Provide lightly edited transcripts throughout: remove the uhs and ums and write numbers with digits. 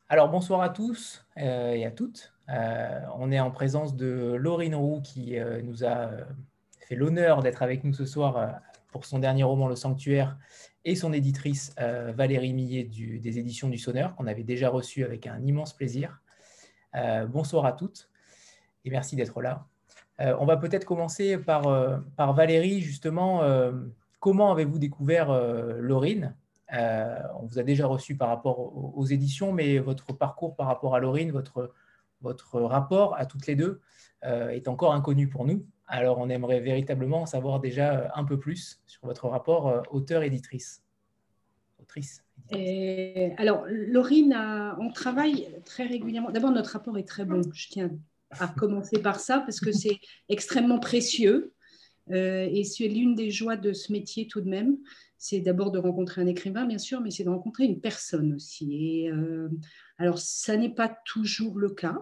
Alors, bonsoir à tous et à toutes. On est en présence de Laurine Roux qui nous a fait l'honneur d'être avec nous ce soir pour son dernier roman, Le Sanctuaire, et son éditrice Valérie Millet des éditions du Sonneur, qu'on avait déjà reçu avec un immense plaisir. Bonsoir à toutes et merci d'être là. On va peut-être commencer par Valérie, justement. Comment avez-vous découvert Laurine? On vous a déjà reçu par rapport aux éditions, mais votre parcours par rapport à Laurine, votre rapport à toutes les deux est encore inconnu pour nous. Alors, on aimerait véritablement en savoir déjà un peu plus sur votre rapport auteur-éditrice. Autrice. Alors, Laurine, on travaille très régulièrement. D'abord, notre rapport est très bon. Je tiens à commencer par ça parce que c'est extrêmement précieux. Et c'est l'une des joies de ce métier tout de même. C'est d'abord de rencontrer un écrivain, bien sûr, mais c'est de rencontrer une personne aussi. Et alors, ça n'est pas toujours le cas.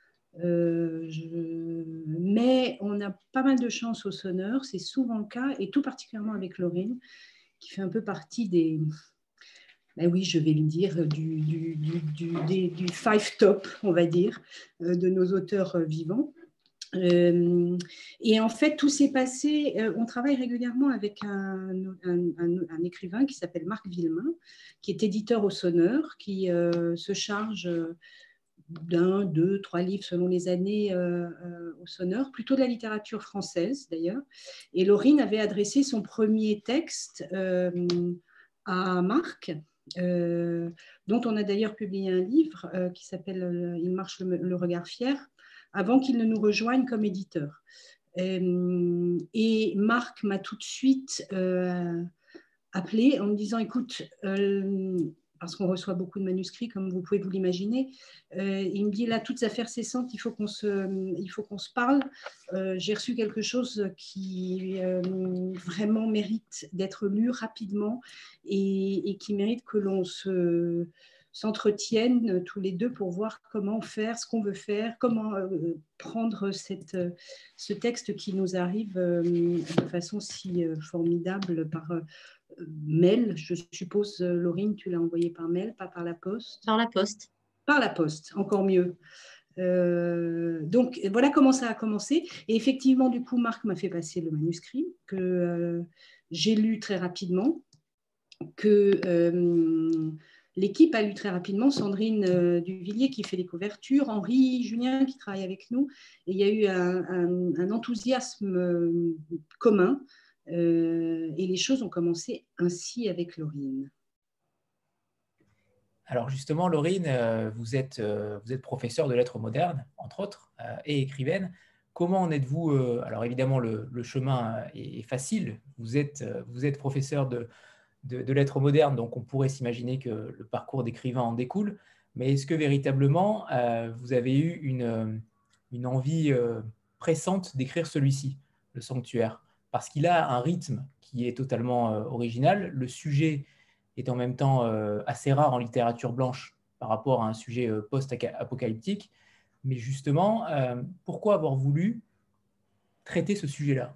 Mais on a pas mal de chance au Sonneur, c'est souvent le cas, et tout particulièrement avec Laurine, qui fait un peu partie des, ben oui, je vais le dire, du five top, on va dire, de nos auteurs vivants. Et en fait, tout s'est passé, on travaille régulièrement avec un écrivain qui s'appelle Marc Villemain, qui est éditeur au Sonneur, qui se charge d'un, deux, trois livres selon les années au Sonneur, plutôt de la littérature française d'ailleurs. Et Laurine avait adressé son premier texte à Marc, dont on a d'ailleurs publié un livre qui s'appelle Il marche le regard fier, avant qu'il ne nous rejoigne comme éditeur. Et Marc m'a tout de suite appelé en me disant, écoute, parce qu'on reçoit beaucoup de manuscrits, comme vous pouvez vous l'imaginer, il me dit, là, toutes affaires cessantes, il faut qu'on se parle. J'ai reçu quelque chose qui vraiment mérite d'être lu rapidement et qui mérite que l'on s'entretiennent tous les deux pour voir comment faire, ce qu'on veut faire, comment prendre ce texte qui nous arrive de façon si formidable par mail. Je suppose, Laurine, tu l'as envoyé par mail, pas par la poste. Par la poste. Par la poste, encore mieux. Donc voilà comment ça a commencé. Et effectivement, du coup, Marc m'a fait passer le manuscrit que j'ai lu très rapidement, que l'équipe a lu très rapidement, Sandrine Duvillier qui fait les couvertures, Henri Julien qui travaille avec nous, et il y a eu un enthousiasme commun, et les choses ont commencé ainsi avec Laurine. Alors justement, Laurine, vous êtes professeure de lettres modernes, entre autres, et écrivaine. Comment en êtes-vous alors évidemment, le chemin est facile. Vous êtes professeur de lettres modernes, donc on pourrait s'imaginer que le parcours d'écrivain en découle. Mais est-ce que véritablement, vous avez eu une envie pressante d'écrire celui-ci, Le Sanctuaire? Parce qu'il a un rythme qui est totalement original. Le sujet est en même temps assez rare en littérature blanche par rapport à un sujet post-apocalyptique. Mais justement, pourquoi avoir voulu traiter ce sujet-là?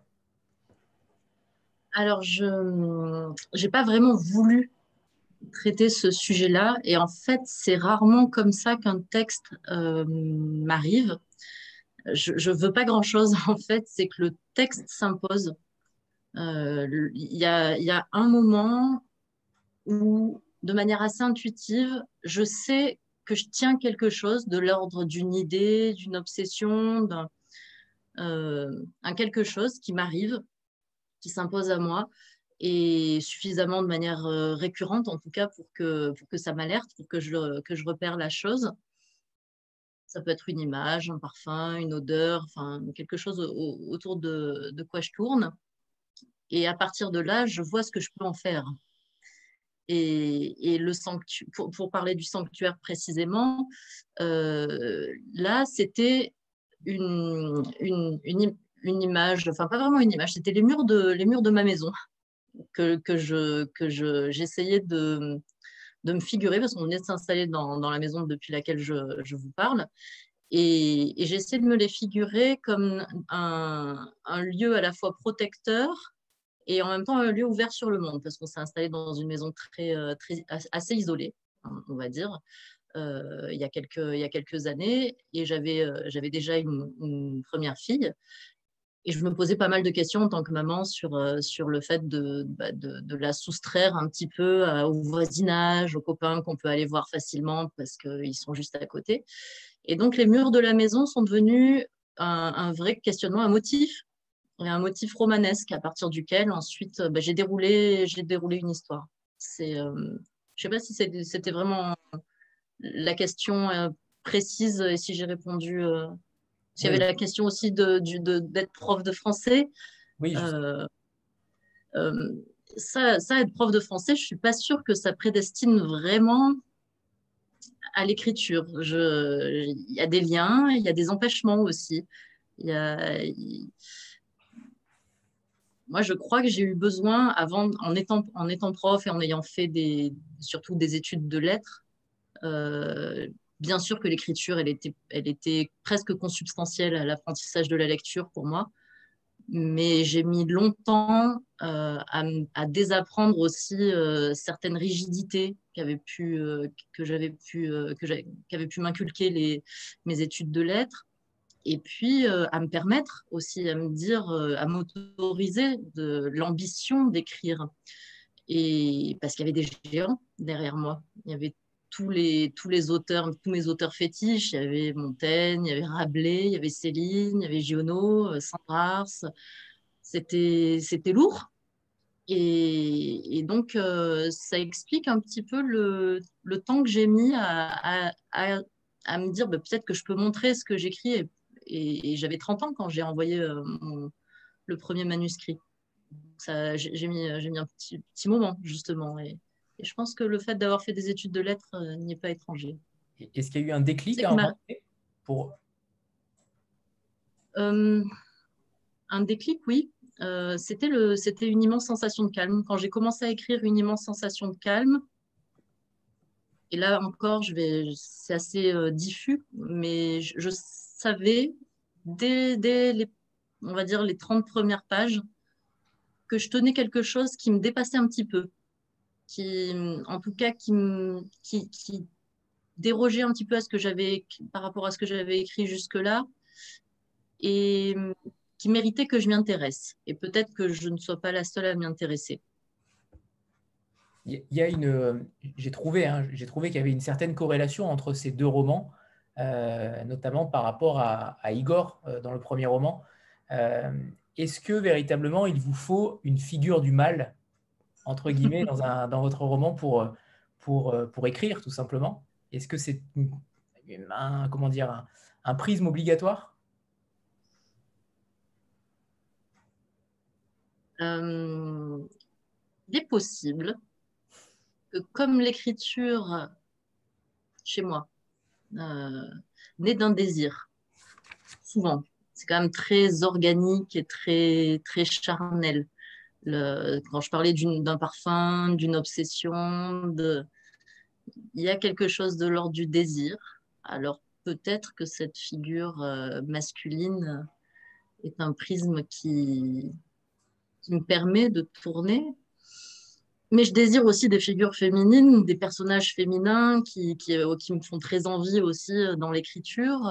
Alors, je n'ai pas vraiment voulu traiter ce sujet-là. Et en fait, c'est rarement comme ça qu'un texte m'arrive. Je ne veux pas grand-chose, en fait. C'est que le texte s'impose. Il y a un moment où, de manière assez intuitive, je sais que je tiens quelque chose de l'ordre d'une idée, d'une obsession, un quelque chose qui m'arrive, qui s'impose à moi, et suffisamment de manière récurrente, en tout cas, pour que ça m'alerte, pour que je repère la chose. Ça peut être une image, un parfum, une odeur, enfin, quelque chose autour de quoi je tourne. Et à partir de là, je vois ce que je peux en faire. Et pour parler du sanctuaire précisément, là, c'était une image, enfin pas vraiment une image, c'était les murs de ma maison que j'essayais de me figurer, parce qu'on est s'installer dans la maison depuis laquelle je vous parle. Et j'essaie de me les figurer comme un lieu à la fois protecteur et en même temps un lieu ouvert sur le monde, parce qu'on s'est installé dans une maison assez isolée, on va dire, il y a quelques années, et j'avais déjà une première fille. Et je me posais pas mal de questions en tant que maman sur le fait de la soustraire un petit peu au voisinage, aux copains qu'on peut aller voir facilement parce qu'ils sont juste à côté. Et donc, les murs de la maison sont devenus un vrai questionnement, un motif romanesque à partir duquel ensuite j'ai déroulé une histoire. Je ne sais pas si c'était vraiment la question précise et si j'ai répondu. S'il y avait Oui, la question aussi d'être prof de français. oui, Euh, euh, ça, être prof de français, je ne suis pas sûre que ça prédestine vraiment à l'écriture. Il y a des liens, il y a des empêchements aussi. Moi, je crois que j'ai eu besoin, avant, en étant prof et en ayant fait surtout des études de lettres, bien sûr que l'écriture, elle était presque consubstantielle à l'apprentissage de la lecture pour moi. Mais j'ai mis longtemps à désapprendre aussi certaines rigidités qu'avaient pu m'inculquer mes études de lettres, et puis à me permettre aussi, à me dire, à m'autoriser de l'ambition d'écrire. Et parce qu'il y avait des géants derrière moi. Il y avait tous les auteurs, tous mes auteurs fétiches. Il y avait Montaigne, il y avait Rabelais, il y avait Céline, il y avait Giono, Saint-Mars. C'était lourd. Et donc, ça explique un petit peu le temps que j'ai mis à me dire peut-être que je peux montrer ce que j'écris. Et j'avais 30 ans quand j'ai envoyé le premier manuscrit. J'ai mis un petit moment, justement. Et je pense que le fait d'avoir fait des études de lettres n'y est pas étranger. est-ce qu'il y a eu un déclic C'est à que un moment donné pour... euh, un déclic, oui. C'était une immense sensation de calme. Quand j'ai commencé à écrire une immense sensation de calme, et là encore, c'est assez diffus, mais je savais dès on va dire les 30 premières pages que je tenais quelque chose qui me dépassait un petit peu, en tout cas, qui dérogeait un petit peu par rapport à ce que j'avais écrit jusque-là, et qui méritait que je m'y intéresse. Et peut-être que je ne sois pas la seule à m'y intéresser. Il y a j'ai trouvé qu'il y avait une certaine corrélation entre ces deux romans, notamment par rapport à Igor dans le premier roman. Euh, Est-ce que véritablement il vous faut une figure du mal, entre guillemets, dans votre roman pour écrire, tout simplement? Est-ce que c'est comment dire, un prisme obligatoire? Il est possible que, comme l'écriture chez moi, naît d'un désir, souvent. C'est quand même très organique et très, très charnel. Quand je parlais d'un parfum, d'une obsession, il y a quelque chose de l'ordre du désir. Alors peut-être que cette figure masculine est un prisme qui me permet de tourner. Mais je désire aussi des figures féminines, des personnages féminins qui me font très envie aussi dans l'écriture.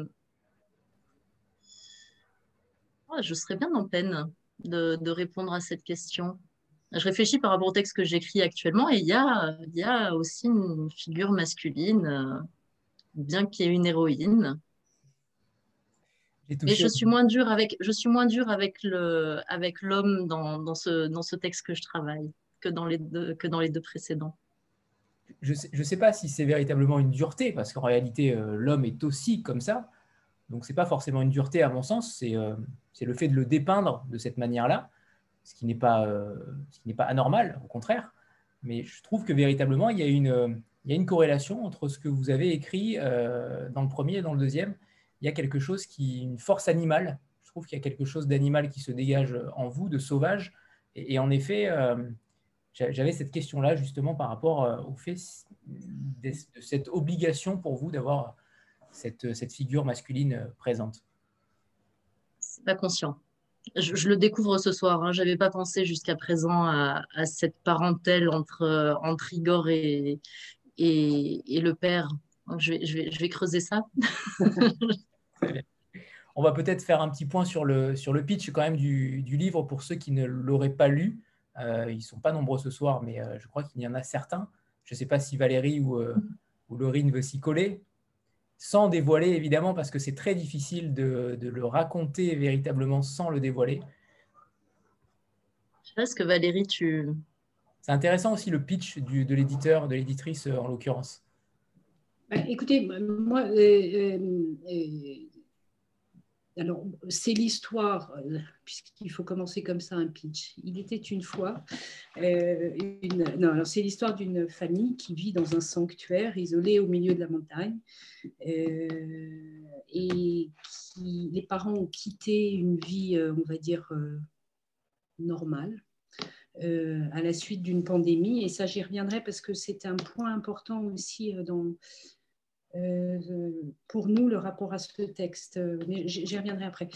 Je serais bien en peine de répondre à cette question. Je réfléchis par rapport au texte que j'écris actuellement, et il y a aussi une figure masculine, bien qu'il y ait une héroïne. J'ai Mais touché. je suis moins dure avec l'homme dans ce texte que je travaille que dans les deux précédents. Je ne sais pas si c'est véritablement une dureté, parce qu'en réalité, l'homme est aussi comme ça. Donc, ce n'est pas forcément une dureté, à mon sens, c'est le fait de le dépeindre de cette manière-là, ce qui n'est pas anormal, au contraire. Mais je trouve que véritablement, il y a une corrélation entre ce que vous avez écrit dans le premier et dans le deuxième. Il y a quelque chose une force animale. Je trouve qu'il y a quelque chose d'animal qui se dégage en vous, de sauvage. Et en effet, j'avais cette question-là justement par rapport au fait de cette obligation pour vous d'avoir cette figure masculine présente. C'est pas conscient. Je le découvre ce soir. Hein. Je n'avais pas pensé jusqu'à présent à cette parentèle entre Igor et le père. Donc, je vais creuser ça. On va peut-être faire un petit point sur le pitch quand même du livre pour ceux qui ne l'auraient pas lu. Ils ne sont pas nombreux ce soir, mais je crois qu'il y en a certains. Je ne sais pas si Valérie ou Laurine veut s'y coller, sans dévoiler évidemment, parce que c'est très difficile de le raconter véritablement sans le dévoiler. Je sais pas ce que Valérie, C'est intéressant aussi le pitch de l'éditeur, de l'éditrice en l'occurrence. Écoutez, moi, alors, c'est l'histoire, puisqu'il faut commencer comme ça un pitch. Il était une fois, c'est l'histoire d'une famille qui vit dans un sanctuaire isolé au milieu de la montagne et les parents ont quitté une vie, on va dire, normale à la suite d'une pandémie. Et ça, j'y reviendrai parce que c'est un point important aussi pour nous, le rapport à ce texte, mais j'y reviendrai après,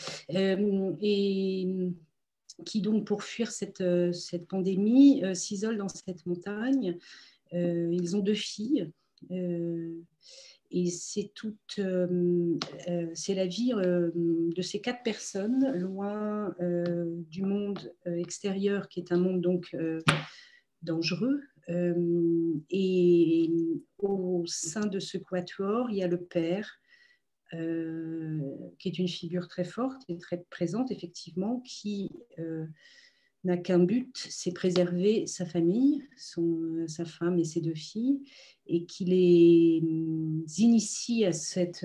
et qui donc, pour fuir cette pandémie, s'isolent dans cette montagne. Ils ont 2 filles, et c'est c'est la vie de ces 4 personnes, loin du monde extérieur, qui est un monde donc dangereux. Et au sein de ce quatuor, il y a le père, qui est une figure très forte et très présente, effectivement, qui n'a qu'un but, c'est préserver sa famille, sa femme et ses 2 filles, et qui les initie à cette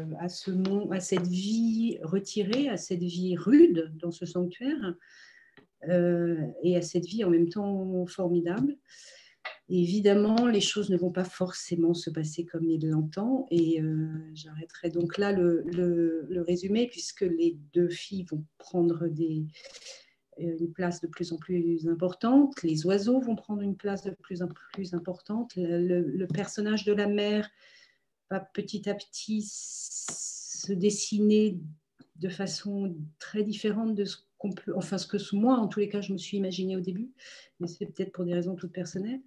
vie retirée, à cette vie rude dans ce sanctuaire, et à cette vie en même temps formidable. Et évidemment, les choses ne vont pas forcément se passer comme il l'entend, et j'arrêterai donc là le résumé, puisque les 2 filles vont prendre une place de plus en plus importante, les oiseaux vont prendre une place de plus en plus importante, le personnage de la mère va petit à petit se dessiner de façon très différente de ce qu'on peut, enfin ce que moi, en tous les cas, je me suis imaginé au début, mais c'est peut-être pour des raisons toutes personnelles.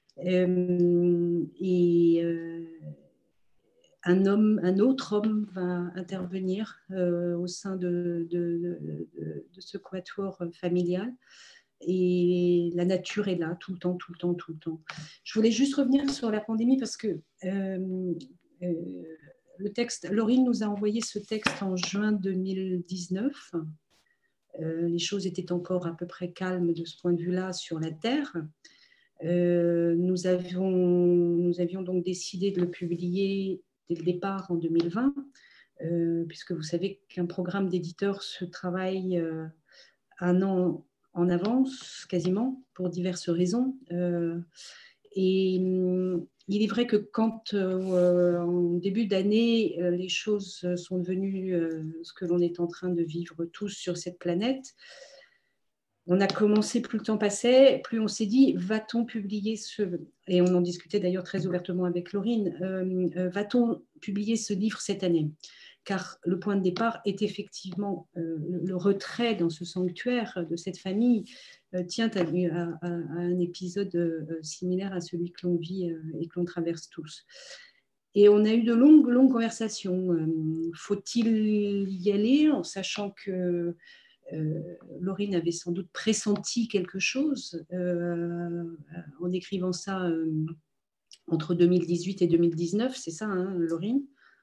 Un autre homme va intervenir au sein de ce quatuor familial. Et la nature est là tout le temps, tout le temps, tout le temps. Je voulais juste revenir sur la pandémie parce que le texte, Laurine nous a envoyé ce texte en juin 2019. Les choses étaient encore à peu près calmes de ce point de vue-là sur la Terre. Nous avions donc décidé de le publier dès le départ en 2020, puisque vous savez qu'un programme d'éditeur se travaille 1 an en avance, quasiment, pour diverses raisons. Et il est vrai que quand, en début d'année, les choses sont devenues ce que l'on est en train de vivre tous sur cette planète, on a commencé, plus le temps passait, plus on s'est dit, va-t-on publier et on en discutait d'ailleurs très ouvertement avec Laurine, va-t-on publier ce livre cette année ? Car le point de départ est effectivement le retrait dans ce sanctuaire de cette famille tient à un épisode similaire à celui que l'on vit et que l'on traverse tous. Et on a eu de longues conversations. Faut-il y aller en sachant que Laurine avait sans doute pressenti quelque chose en écrivant ça entre 2018 et 2019, c'est ça, hein, Laurine ?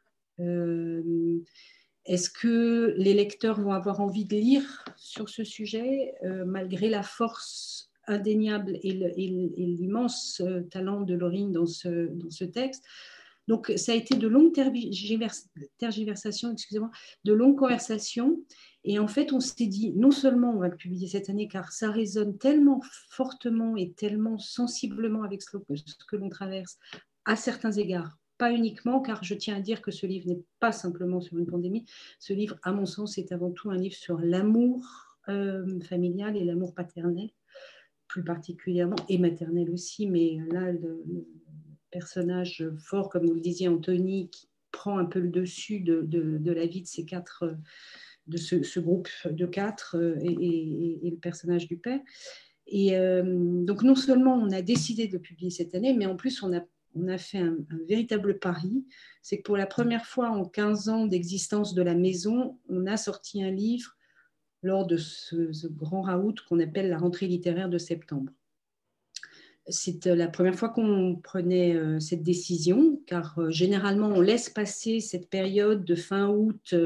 Est-ce que les lecteurs vont avoir envie de lire sur ce sujet, malgré la force indéniable et l'immense talent de Laurine dans ce texte ? Donc, ça a été de longues tergiversations, excusez-moi, de longues conversations. Et en fait, on s'est dit, non seulement on va le publier cette année, car ça résonne tellement fortement et tellement sensiblement avec ce que l'on traverse à certains égards. Pas uniquement, car je tiens à dire que ce livre n'est pas simplement sur une pandémie. Ce livre, à mon sens, est avant tout un livre sur l'amour familial et l'amour paternel, plus particulièrement, et maternel aussi. Mais là, le personnage fort, comme vous le disiez, Anthony, qui prend un peu le dessus de la vie de ces 4, de ce groupe de 4 et le personnage du père. Et donc, non seulement on a décidé de le publier cette année, mais en plus, on on a fait un véritable pari. C'est que pour la première fois en 15 ans d'existence de la maison, on a sorti un livre lors de ce grand raout qu'on appelle la rentrée littéraire de septembre. C'est la première fois qu'on prenait cette décision, car généralement, on laisse passer cette période de fin août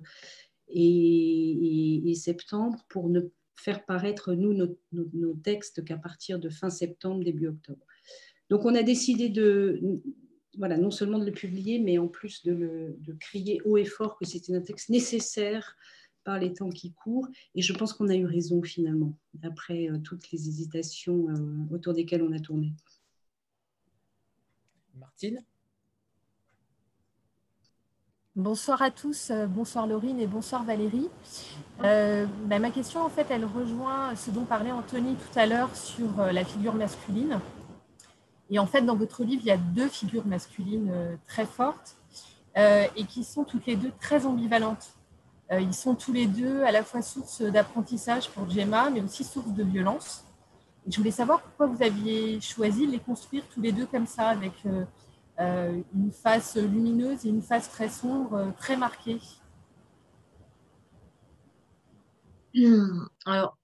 et septembre pour ne faire paraître, nous, nos textes qu'à partir de fin septembre, début octobre. Donc, on a décidé voilà, non seulement de le publier, mais en plus de crier haut et fort que c'était un texte nécessaire par les temps qui courent. Et je pense qu'on a eu raison finalement, après toutes les hésitations autour desquelles on a tourné. Martine? Bonsoir à tous, bonsoir Laurine et bonsoir Valérie. Ma question, en fait, elle rejoint ce dont parlait Anthony tout à l'heure sur la figure masculine. Et en fait, dans votre livre, il y a deux figures masculines très fortes et qui sont toutes les deux très ambivalentes. Ils sont tous les deux à la fois source d'apprentissage pour Gemma, mais aussi source de violence. Et je voulais savoir pourquoi vous aviez choisi de les construire tous les deux comme ça, avec une face lumineuse et une face très sombre, très marquée. Alors,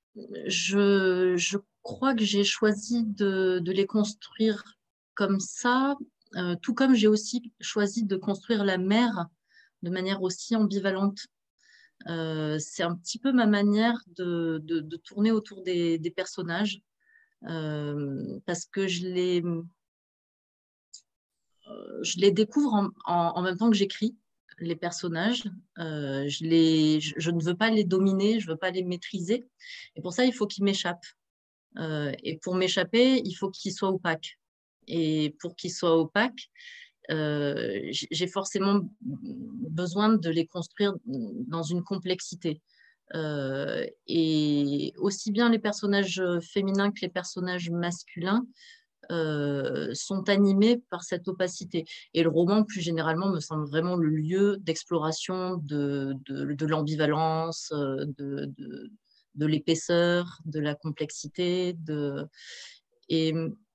je crois que j'ai choisi de les construire comme ça, tout comme j'ai aussi choisi de construire la mère de manière aussi ambivalente. C'est un petit peu ma manière de tourner autour des personnages, parce que je les découvre en même temps que j'écris les personnages. Je ne veux pas les dominer, je ne veux pas les maîtriser. Et pour ça, il faut qu'ils m'échappent. Et pour m'échapper, il faut qu'ils soient opaques. Et pour qu'ils soient opaques, j'ai forcément besoin de les construire dans une complexité. Et aussi bien les personnages féminins que les personnages masculins sont animés par cette opacité. Et le roman, plus généralement, me semble vraiment le lieu d'exploration de l'ambivalence, de l'épaisseur, de la complexité. Et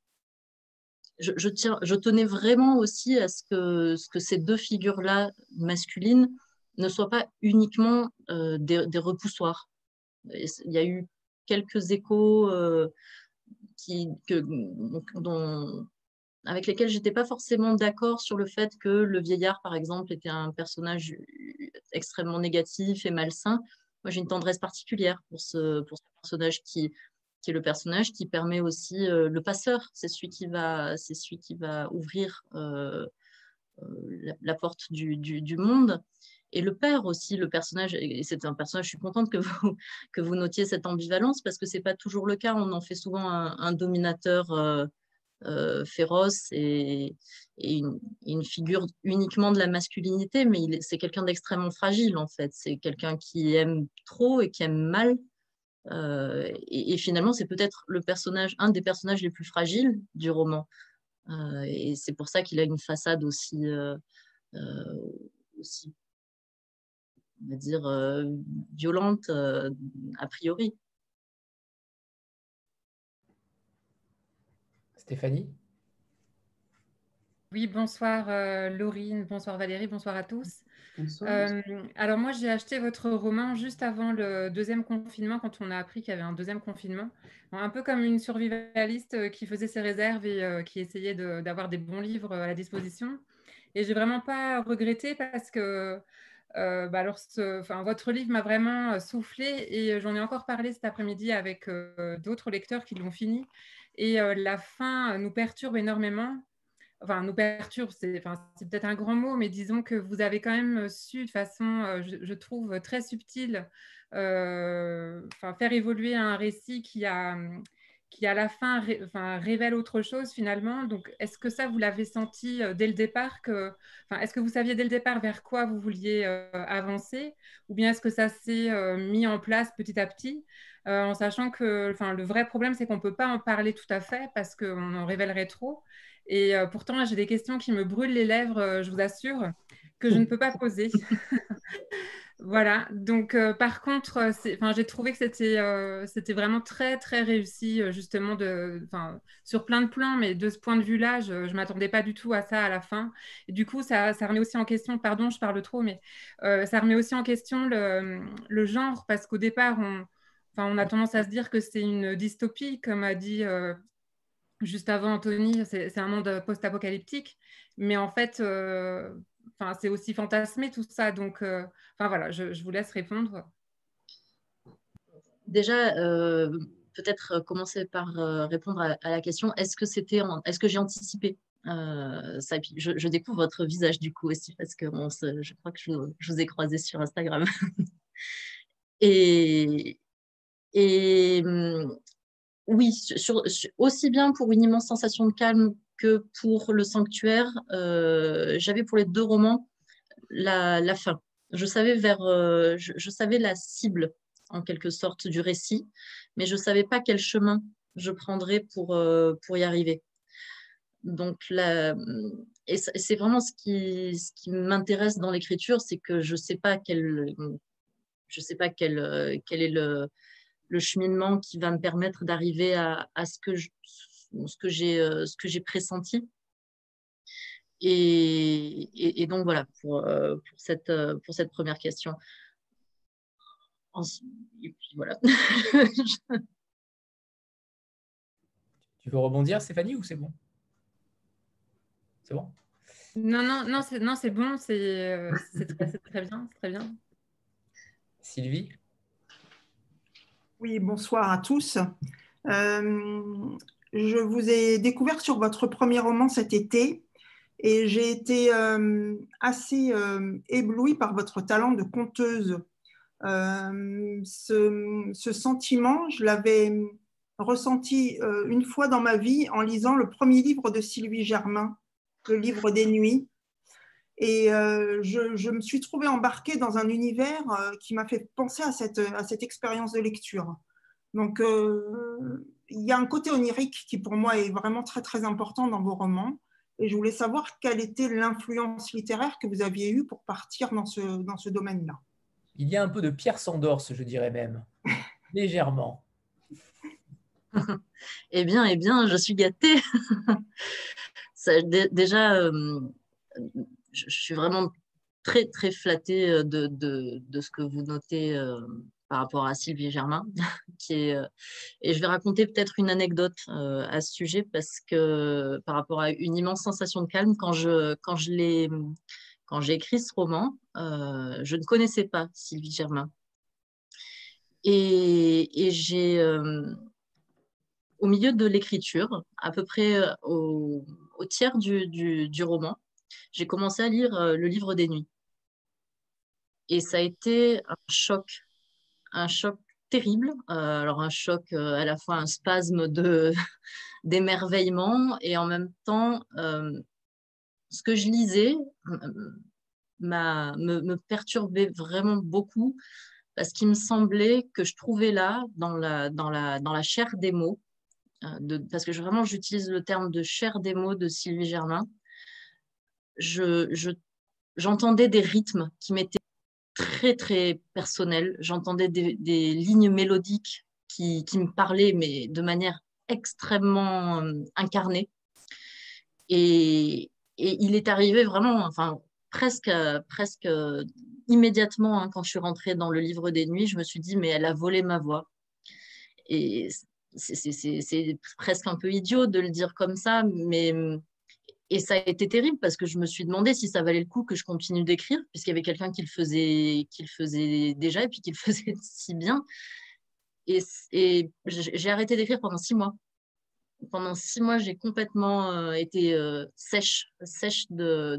je tenais vraiment aussi à ce que ces deux figures-là masculines ne soient pas uniquement des repoussoirs. Il y a eu quelques échos avec lesquels je n'étais pas forcément d'accord sur le fait que le vieillard, par exemple, était un personnage extrêmement négatif et malsain. Moi, j'ai une tendresse particulière pour ce personnage qui est le personnage qui permet aussi le passeur. C'est celui qui va ouvrir la porte du monde. Et le père aussi, le personnage, et c'est un personnage, je suis contente que vous notiez cette ambivalence, parce que ce n'est pas toujours le cas. On en fait souvent un dominateur féroce et une figure uniquement de la masculinité, mais c'est quelqu'un d'extrêmement fragile, en fait. C'est quelqu'un qui aime trop et qui aime mal. Et finalement, c'est peut-être un des personnages les plus fragiles du roman. Et c'est pour ça qu'il a une façade aussi, on va dire, violente a priori. Stéphanie? Oui, bonsoir Laurine, bonsoir Valérie, bonsoir à tous. Bonsoir. Alors moi, j'ai acheté votre roman juste avant le deuxième confinement, quand on a appris qu'il y avait un deuxième confinement. Un peu comme une survivaliste qui faisait ses réserves et qui essayait d'avoir des bons livres à la disposition. Et j'ai vraiment pas regretté parce que votre livre m'a vraiment soufflé et j'en ai encore parlé cet après-midi avec d'autres lecteurs qui l'ont fini. Et la fin nous perturbe énormément. Enfin, nous perturbe, c'est peut-être un grand mot, mais disons que vous avez quand même su, de façon, je trouve, très subtile, faire évoluer un récit qui à la fin révèle autre chose finalement. Donc, est-ce que ça, vous l'avez senti dès le départ est-ce que vous saviez dès le départ vers quoi vous vouliez avancer, ou bien est-ce que ça s'est mis en place petit à petit, en sachant que le vrai problème, c'est qu'on ne peut pas en parler tout à fait parce qu'on en révélerait trop. Et pourtant, j'ai des questions qui me brûlent les lèvres, je vous assure, que je ne peux pas poser. Voilà, donc par contre, j'ai trouvé que c'était vraiment très, très réussi, justement, sur plein de plans, mais de ce point de vue-là, je ne m'attendais pas du tout à ça à la fin. Et du coup, ça remet aussi en question, pardon, je parle trop, mais ça remet aussi en question le genre, parce qu'au départ, on a tendance à se dire que c'est une dystopie, comme a dit juste avant Anthony, c'est un monde post-apocalyptique, mais en fait, c'est aussi fantasmé tout ça. Donc, voilà, je vous laisse répondre. Déjà, peut-être commencer par répondre à la question, est-ce que j'ai anticipé ça? Et puis, je découvre votre visage du coup aussi, parce que je crois que je vous ai croisé sur Instagram. Et oui, aussi bien pour Une immense sensation de calme que pour Le Sanctuaire, j'avais pour les deux romans la fin. Je savais je savais la cible en quelque sorte du récit, mais je ne savais pas quel chemin je prendrais pour y arriver. Donc et c'est vraiment ce qui m'intéresse dans l'écriture, c'est que je ne sais pas quel est le cheminement qui va me permettre d'arriver à ce que j'ai pressenti. Et donc voilà pour cette première question. Et puis voilà. Tu veux rebondir, Stéphanie, ou c'est bon? C'est bon? Non, c'est bon, c'est très bien, c'est très bien. Sylvie? Oui, bonsoir à tous. Je vous ai découvert sur votre premier roman cet été et j'ai été assez éblouie par votre talent de conteuse. Ce sentiment, je l'avais ressenti une fois dans ma vie en lisant le premier livre de Sylvie Germain, Le Livre des Nuits. Et je me suis trouvée embarquée dans un univers qui m'a fait penser à cette expérience de lecture. Donc, il y a un côté onirique qui, pour moi, est vraiment très, très important dans vos romans. Et je voulais savoir quelle était l'influence littéraire que vous aviez eue pour partir dans ce domaine-là. Il y a un peu de Pierre Sandors, je dirais même. Légèrement. Eh bien, je suis gâtée. Déjà, je suis vraiment très, très flattée de ce que vous notez par rapport à Sylvie Germain. Et je vais raconter peut-être une anecdote à ce sujet, parce que par rapport à Une immense sensation de calme, quand j'ai écrit ce roman, je ne connaissais pas Sylvie Germain. Et j'ai, au milieu de l'écriture, à peu près au tiers du roman, j'ai commencé à lire Le Livre des Nuits. Et ça a été un choc terrible. Alors un choc, à la fois un spasme d'émerveillement, et en même temps, ce que je lisais me perturbait vraiment beaucoup, parce qu'il me semblait que je trouvais là, dans la chair des mots, parce que vraiment j'utilise le terme de chair des mots de Sylvie Germain, j'entendais des rythmes qui m'étaient très, très personnels. J'entendais des lignes mélodiques qui me parlaient, mais de manière extrêmement incarnée. Et il est arrivé vraiment, presque immédiatement, quand je suis rentrée dans Le Livre des Nuits, je me suis dit, mais elle a volé ma voix. Et c'est presque un peu idiot de le dire comme ça, et ça a été terrible, parce que je me suis demandé si ça valait le coup que je continue d'écrire, puisqu'il y avait quelqu'un qui le faisait déjà, et puis qui le faisait si bien. Et j'ai arrêté d'écrire pendant 6 mois. Pendant 6 mois, j'ai complètement été sèche de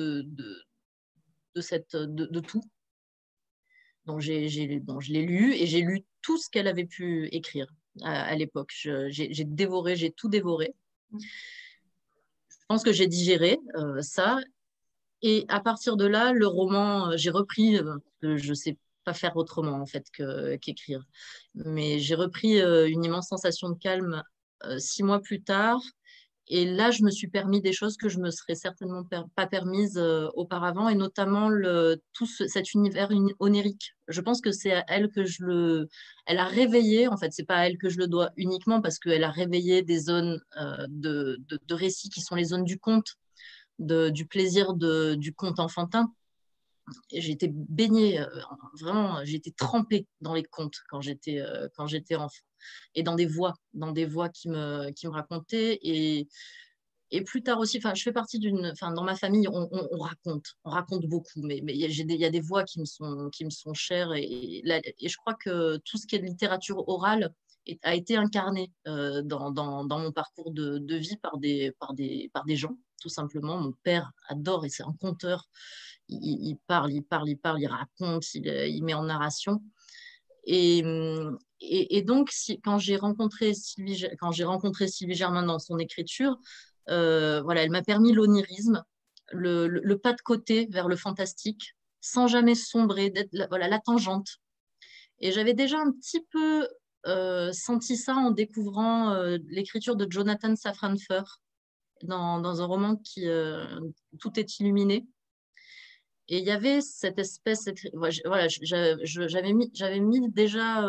tout. Donc, je l'ai lu, et j'ai lu tout ce qu'elle avait pu écrire à l'époque. J'ai tout dévoré. Je pense que j'ai digéré ça. Et à partir de là, le roman, j'ai repris, je ne sais pas faire autrement en fait qu'écrire. Mais j'ai repris Une immense sensation de calme 6 mois plus tard. Et là, je me suis permis des choses que je me serais certainement pas permises auparavant, et notamment cet univers onirique. Je pense que c'est à elle que elle a réveillé, en fait, c'est pas à elle que je le dois uniquement, parce qu'elle a réveillé des zones de récits qui sont les zones du conte, du plaisir du conte enfantin. J'ai été baignée, vraiment, j'ai été trempée dans les contes quand j'étais enfant, et dans des voix qui me racontaient. Et plus tard aussi, je fais partie dans ma famille, on raconte beaucoup, mais il y a des voix qui me sont chères, et je crois que tout ce qui est de littérature orale a été incarné dans mon parcours de vie par des gens, tout simplement. Mon père adore, et c'est un conteur. Il parle, il raconte, il met en narration. Et donc, quand j'ai rencontré Sylvie Germain dans son écriture, voilà, elle m'a permis l'onirisme, le pas de côté vers le fantastique, sans jamais sombrer, d'être la tangente. Et j'avais déjà un petit peu senti ça en découvrant l'écriture de Jonathan Safran Foer dans un roman qui Tout est illuminé. Et il y avait cette espèce, voilà, j'avais mis déjà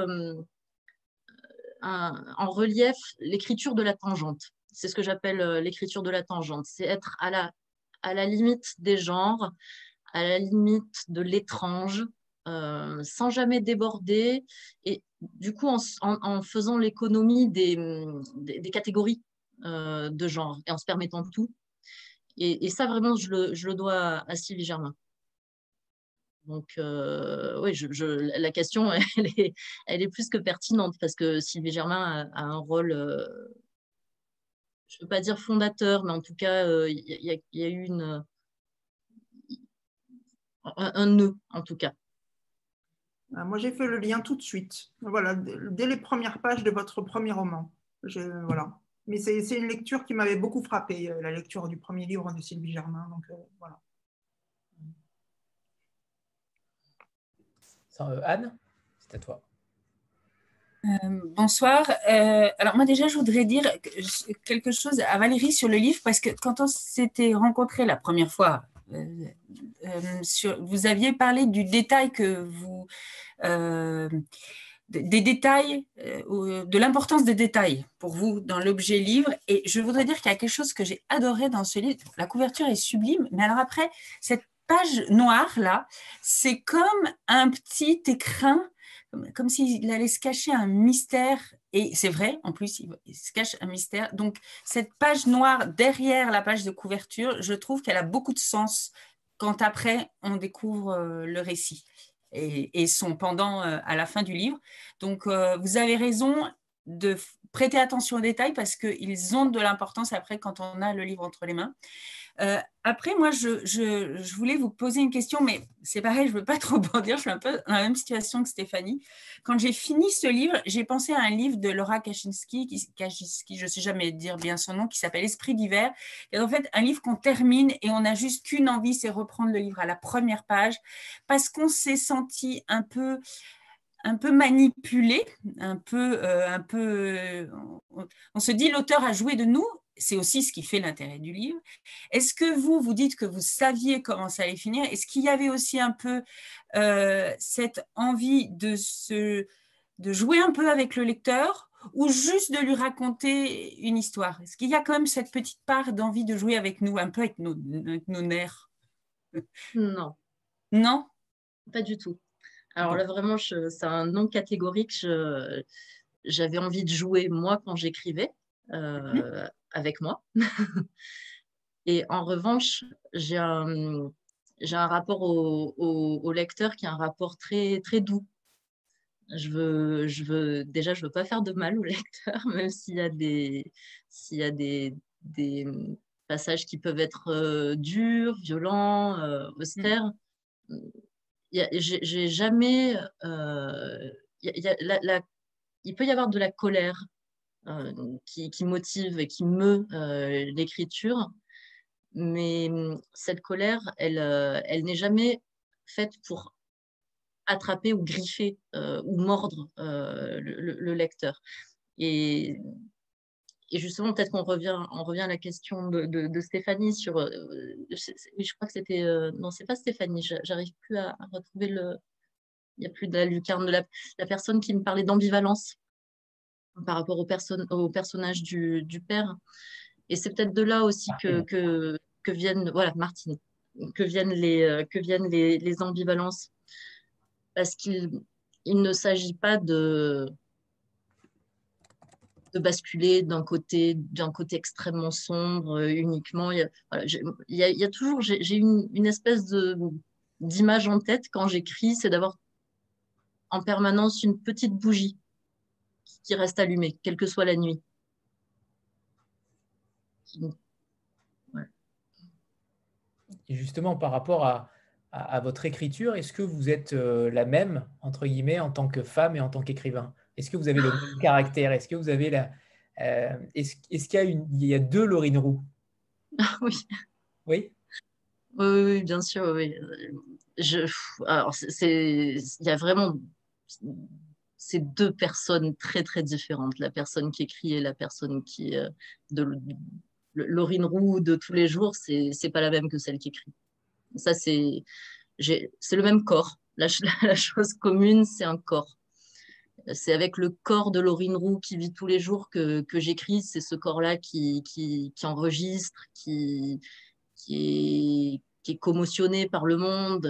en relief l'écriture de la tangente. C'est ce que j'appelle l'écriture de la tangente. C'est être à la limite des genres, à la limite de l'étrange, sans jamais déborder. Et du coup, en faisant l'économie des catégories de genre, et en se permettant tout. Et ça, vraiment, je le dois à Sylvie Germain. Donc, oui, la question, elle est plus que pertinente, parce que Sylvie Germain a un rôle, je ne veux pas dire fondateur, mais en tout cas, il y a eu un nœud, en tout cas. Moi, j'ai fait le lien tout de suite. Voilà, dès les premières pages de votre premier roman. Voilà. Mais c'est une lecture qui m'avait beaucoup frappée, la lecture du premier livre de Sylvie Germain. Donc, voilà. Anne, c'est à toi. Bonsoir. Alors moi déjà, je voudrais dire quelque chose à Valérie sur le livre, parce que quand on s'était rencontrés la première fois, vous aviez parlé du détail que vous... des détails, de l'importance des détails pour vous dans l'objet livre. Et je voudrais dire qu'il y a quelque chose que j'ai adoré dans ce livre. La couverture est sublime, mais alors après, cette page noire là, c'est comme un petit écrin, comme s'il allait se cacher un mystère. Et c'est vrai, en plus, il se cache un mystère. Donc, cette page noire derrière la page de couverture, je trouve qu'elle a beaucoup de sens quand après, on découvre le récit et son pendant à la fin du livre. Donc, vous avez raison de prêter attention aux détails, parce qu'ils ont de l'importance après quand on a le livre entre les mains. Après, moi, je voulais vous poser une question, mais c'est pareil, je ne veux pas trop bondir, je suis un peu dans la même situation que Stéphanie. Quand j'ai fini ce livre, j'ai pensé à un livre de Laura Kaczynski, je ne sais jamais dire bien son nom, qui s'appelle Esprit d'hiver. Et en fait, un livre qu'on termine et on n'a juste qu'une envie, c'est reprendre le livre à la première page, parce qu'on s'est senti un peu manipulé, on se dit l'auteur a joué de nous. C'est aussi ce qui fait l'intérêt du livre. Est-ce que vous dites que vous saviez comment ça allait finir? Est-ce qu'il y avait aussi un peu cette envie de jouer un peu avec le lecteur, ou juste de lui raconter une histoire? Est-ce qu'il y a quand même cette petite part d'envie de jouer avec nous, un peu avec nos nerfs? Non. Non? Pas du tout. Alors là, vraiment, c'est un non catégorique. J'avais envie de jouer, moi, quand j'écrivais, avec moi. Et en revanche, j'ai un rapport au lecteur qui est un rapport très, très doux. Je veux pas faire de mal au lecteur, même s'il y a des passages qui peuvent être durs, violents, austères. J'ai jamais... il peut y avoir de la colère qui motive et qui meut l'écriture, mais cette colère, elle n'est jamais faite pour attraper ou griffer ou mordre le lecteur. Et et justement, peut-être on revient à la question de Stéphanie sur. Je crois que c'était. Non, c'est pas Stéphanie. J'arrive plus à retrouver le. Il n'y a plus de la lucarne de la personne qui me parlait d'ambivalence par rapport au personnage du père. Et c'est peut-être de là aussi que viennent. Voilà, Martine. Que viennent les ambivalences. Parce qu'il ne s'agit pas de basculer d'un côté extrêmement sombre uniquement. Il y a toujours, j'ai une espèce d'image en tête quand j'écris, c'est d'avoir en permanence une petite bougie qui reste allumée, quelle que soit la nuit. Ouais. Et justement, par rapport à votre écriture, est-ce que vous êtes la même, entre guillemets, en tant que femme et en tant qu'écrivain? Est-ce que vous avez le même caractère? Est-ce que vous avez est-ce qu'il y a deux Laurine Roux? Oui. Oui? Oui, bien sûr, oui. Alors, il y a vraiment ces deux personnes très, très différentes. La personne qui écrit et la personne qui... Laurine Roux de tous les jours, c'est pas la même que celle qui écrit. Ça, c'est le même corps. La chose commune, c'est un corps. C'est avec le corps de Laurine Roux qui vit tous les jours que j'écris. C'est ce corps-là qui enregistre, qui est commotionné par le monde.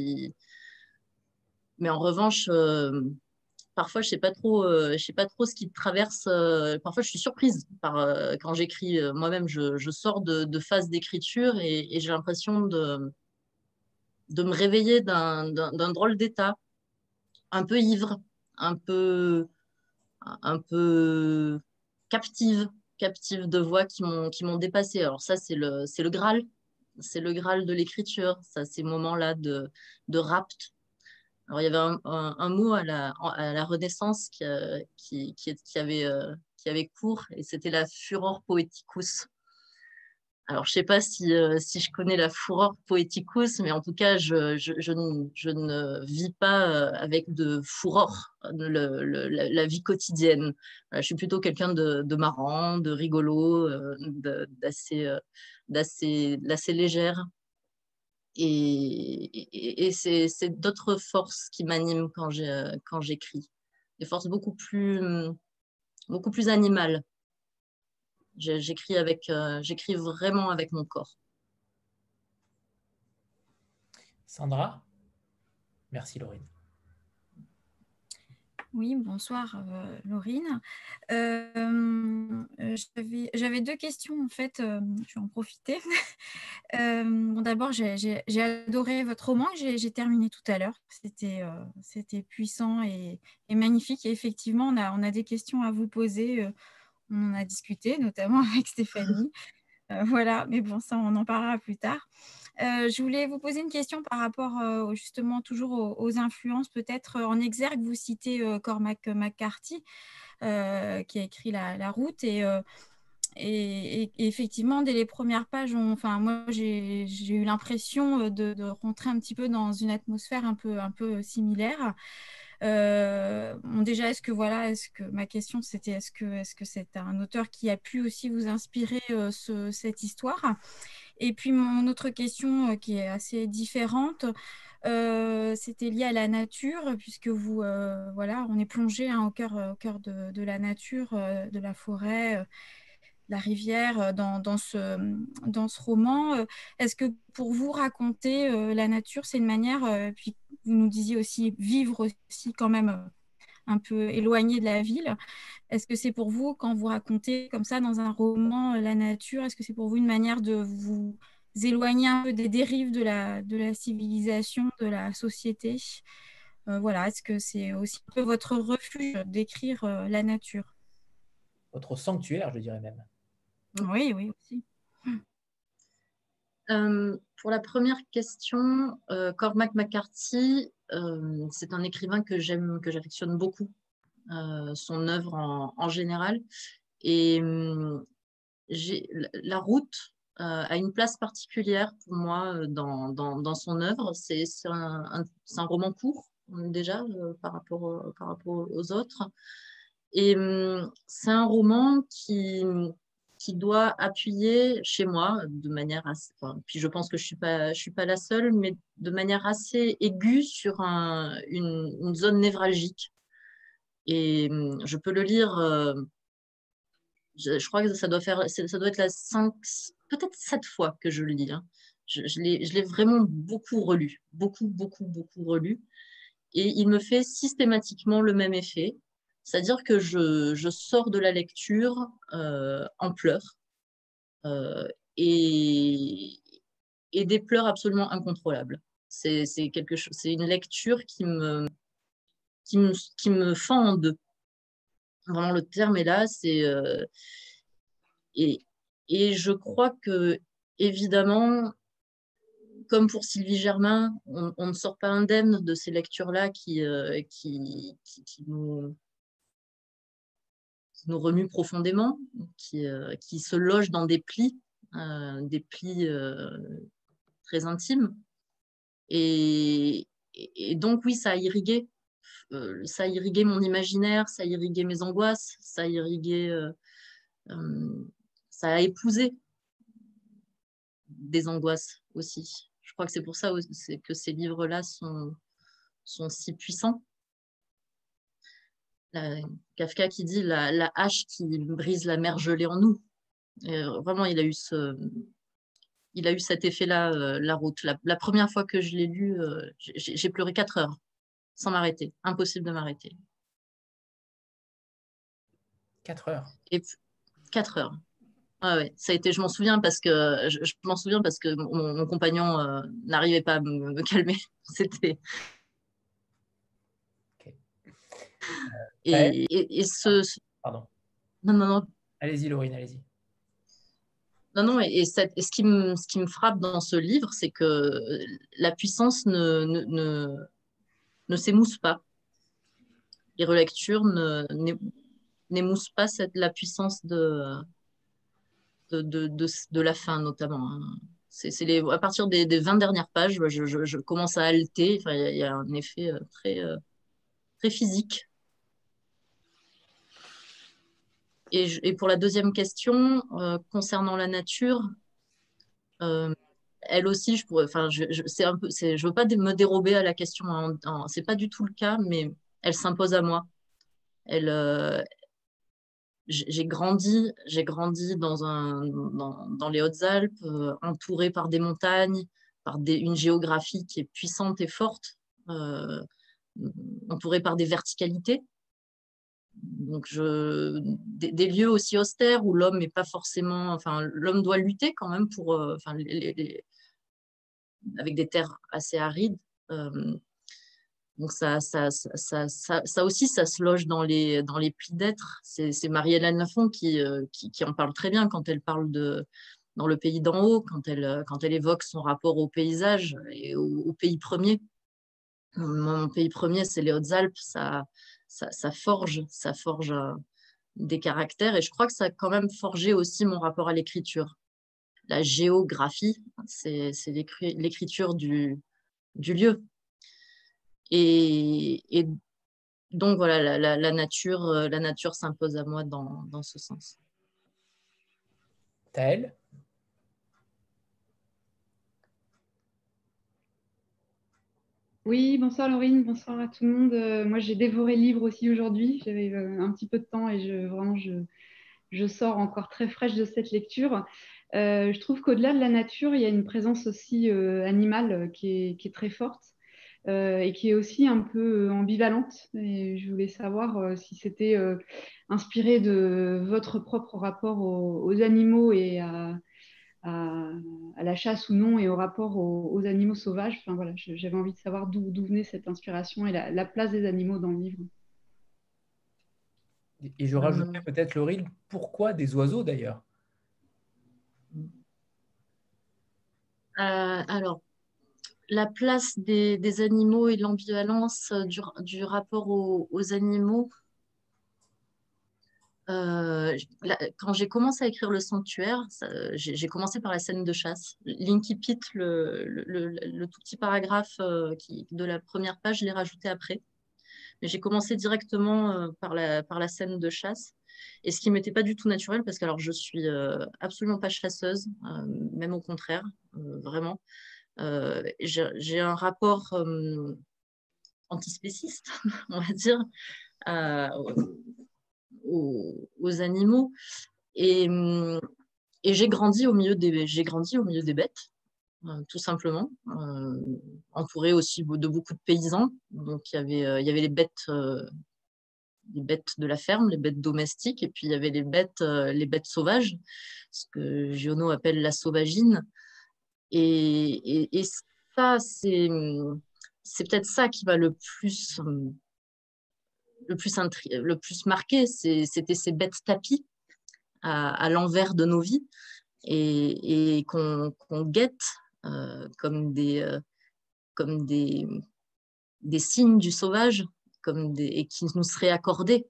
Mais en revanche, parfois, je sais pas trop ce qui te traverse. Parfois, je suis surprise quand j'écris. Moi-même, je sors de phases d'écriture et j'ai l'impression de me réveiller d'un drôle d'état, un peu ivre, un peu captive de voix qui m'ont dépassée. Alors ça, c'est le Graal. C'est le Graal de l'écriture, ça, ces moments-là de rapt. Alors, il y avait un mot à la Renaissance qui avait cours, et c'était la furor poeticus. Alors, je ne sais pas si je connais la furor poeticus, mais en tout cas, je ne vis pas avec de furor la vie quotidienne. Je suis plutôt quelqu'un de marrant, de rigolo, d'assez légère. Et c'est d'autres forces qui m'animent quand j'écris. Des forces beaucoup plus animales. J'écris vraiment avec mon corps. Sandra? Merci, Laurine. Oui, bonsoir Laurine. J'avais deux questions en fait, je vais en profiter. D'abord, j'ai adoré votre roman que j'ai terminé tout à l'heure. C'était puissant et magnifique. Et effectivement, on a des questions à vous poser. On en a discuté, notamment avec Stéphanie. Voilà, mais bon, ça, on en parlera plus tard. Je voulais vous poser une question par rapport justement toujours aux influences. Peut-être en exergue, vous citez Cormac McCarthy, qui a écrit La Route. Et effectivement, dès les premières pages, moi, j'ai eu l'impression de rentrer un petit peu dans une atmosphère un peu similaire. Déjà, ma question c'était est-ce que c'est un auteur qui a pu aussi vous inspirer cette histoire? Et puis mon autre question qui est assez différente, c'était lié à la nature, puisque on est plongé au cœur de la nature, de la forêt, la rivière dans ce roman. Est-ce que pour vous, raconter la nature, c'est une manière, puis vous nous disiez aussi vivre aussi quand même un peu éloigné de la ville. Est-ce que c'est pour vous, quand vous racontez comme ça dans un roman la nature, est-ce que c'est pour vous une manière de vous éloigner un peu des dérives de la civilisation, de la société? Est-ce que c'est aussi un peu votre refuge d'écrire la nature? Votre sanctuaire, je dirais même. Oui, aussi. Pour la première question, Cormac McCarthy, c'est un écrivain que j'affectionne beaucoup, son œuvre en général. Et La Route a une place particulière pour moi dans son œuvre. C'est un roman court, déjà, par rapport aux autres. Et c'est un roman qui doit appuyer chez moi de manière assez, enfin, puis je pense que je suis pas la seule, mais de manière assez aiguë sur une zone névralgique. Et je peux le lire, je crois que ça doit être la 5, peut-être 7 fois que je le lis. Hein. Je l'ai vraiment beaucoup relu, beaucoup relu. Et il me fait systématiquement le même effet. C'est-à-dire que je sors de la lecture en pleurs et des pleurs absolument incontrôlables. C'est une lecture qui me fend en deux. Vraiment, le terme est là. Et je crois que, évidemment, comme pour Sylvie Germain, on ne sort pas indemne de ces lectures-là qui nous remuent profondément, qui se logent dans des plis très intimes. Et donc, oui, ça a irrigué mon imaginaire, ça a irrigué mes angoisses, ça a épousé des angoisses aussi. Je crois que c'est pour ça que ces livres-là sont si puissants. Kafka qui dit la hache qui brise la mer gelée en nous. Et vraiment, il a eu cet effet-là, La Route. La première fois que je l'ai lu, j'ai pleuré 4 heures sans m'arrêter. Impossible de m'arrêter. 4 heures. Et 4 heures. Ah ouais, ça a été, je m'en souviens parce que mon compagnon n'arrivait pas à me calmer. C'était. Okay. Et Pardon. Non. Allez-y, Laurine, allez-y. Non, et ce qui me frappe dans ce livre, c'est que la puissance ne s'émousse pas. Les relectures n'émoussent pas la puissance de la fin, notamment. Hein. À partir des 20 dernières pages, je commence à halter. Enfin, il y a un effet très physique. Et pour la deuxième question, concernant la nature, elle aussi, je veux pas me dérober à la question. C'est pas du tout le cas, mais elle s'impose à moi. J'ai grandi dans les Hautes-Alpes, entourée par des montagnes, par une géographie qui est puissante et forte, entourée par des verticalités. Donc des lieux aussi austères où l'homme n'est pas forcément, enfin l'homme doit lutter quand même pour, avec des terres assez arides. Donc ça aussi, ça se loge dans les plis d'être. C'est Marie-Hélène Lafon qui en parle très bien quand elle parle dans Le Pays d'en haut, quand elle évoque son rapport au paysage et au pays premier. Mon pays premier, c'est les Hautes-Alpes. Ça forge des caractères, et je crois que ça a quand même forgé aussi mon rapport à l'écriture. La géographie, c'est l'écriture du lieu. Et donc voilà, la nature s'impose à moi dans ce sens. Taëlle ? Oui, bonsoir Laurine, bonsoir à tout le monde. Moi, j'ai dévoré le livre aussi aujourd'hui. J'avais un petit peu de temps et je sors encore très fraîche de cette lecture. Je trouve qu'au-delà de la nature, il y a une présence aussi animale qui est très forte et qui est aussi un peu ambivalente. Et je voulais savoir si c'était inspiré de votre propre rapport aux animaux et à la chasse ou non, et au rapport aux animaux sauvages. Enfin, voilà, j'avais envie de savoir d'où venait cette inspiration et la place des animaux dans le livre. Et je rajouterais peut-être, Laurine, pourquoi des oiseaux d'ailleurs ? Alors, la place des animaux et l'ambivalence du rapport aux animaux. Quand j'ai commencé à écrire Le Sanctuaire, j'ai commencé par la scène de chasse. L'incipit, le tout petit paragraphe de la première page, je l'ai rajouté après. Mais j'ai commencé directement par la scène de chasse. Et ce qui ne m'était pas du tout naturel, parce que alors, je ne suis absolument pas chasseuse, même au contraire, vraiment. J'ai un rapport antispéciste, on va dire, aux animaux. Et j'ai grandi au milieu des bêtes, tout simplement, entourée aussi de beaucoup de paysans. Donc, il y avait les bêtes de la ferme, les bêtes domestiques, et puis il y avait les bêtes sauvages, ce que Giono appelle la sauvagine. Et ça, c'est peut-être ça qui va le plus marqué, c'était ces bêtes tapies à l'envers de nos vies et qu'on guette comme des signes du sauvage et qui nous seraient accordés.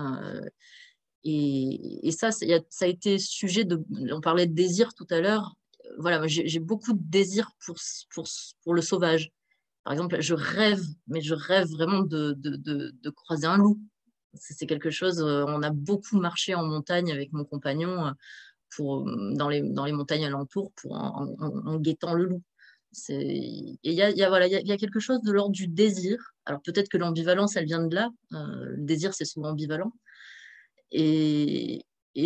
Et ça, ça a été sujet on parlait de désir tout à l'heure. Voilà, j'ai beaucoup de désir pour le sauvage. Par exemple, je rêve vraiment de croiser un loup. C'est quelque chose, on a beaucoup marché en montagne avec mon compagnon dans les montagnes alentours en guettant le loup. Il y a quelque chose de l'ordre du désir. Alors peut-être que l'ambivalence, elle vient de là. Le désir, c'est souvent ambivalent. Et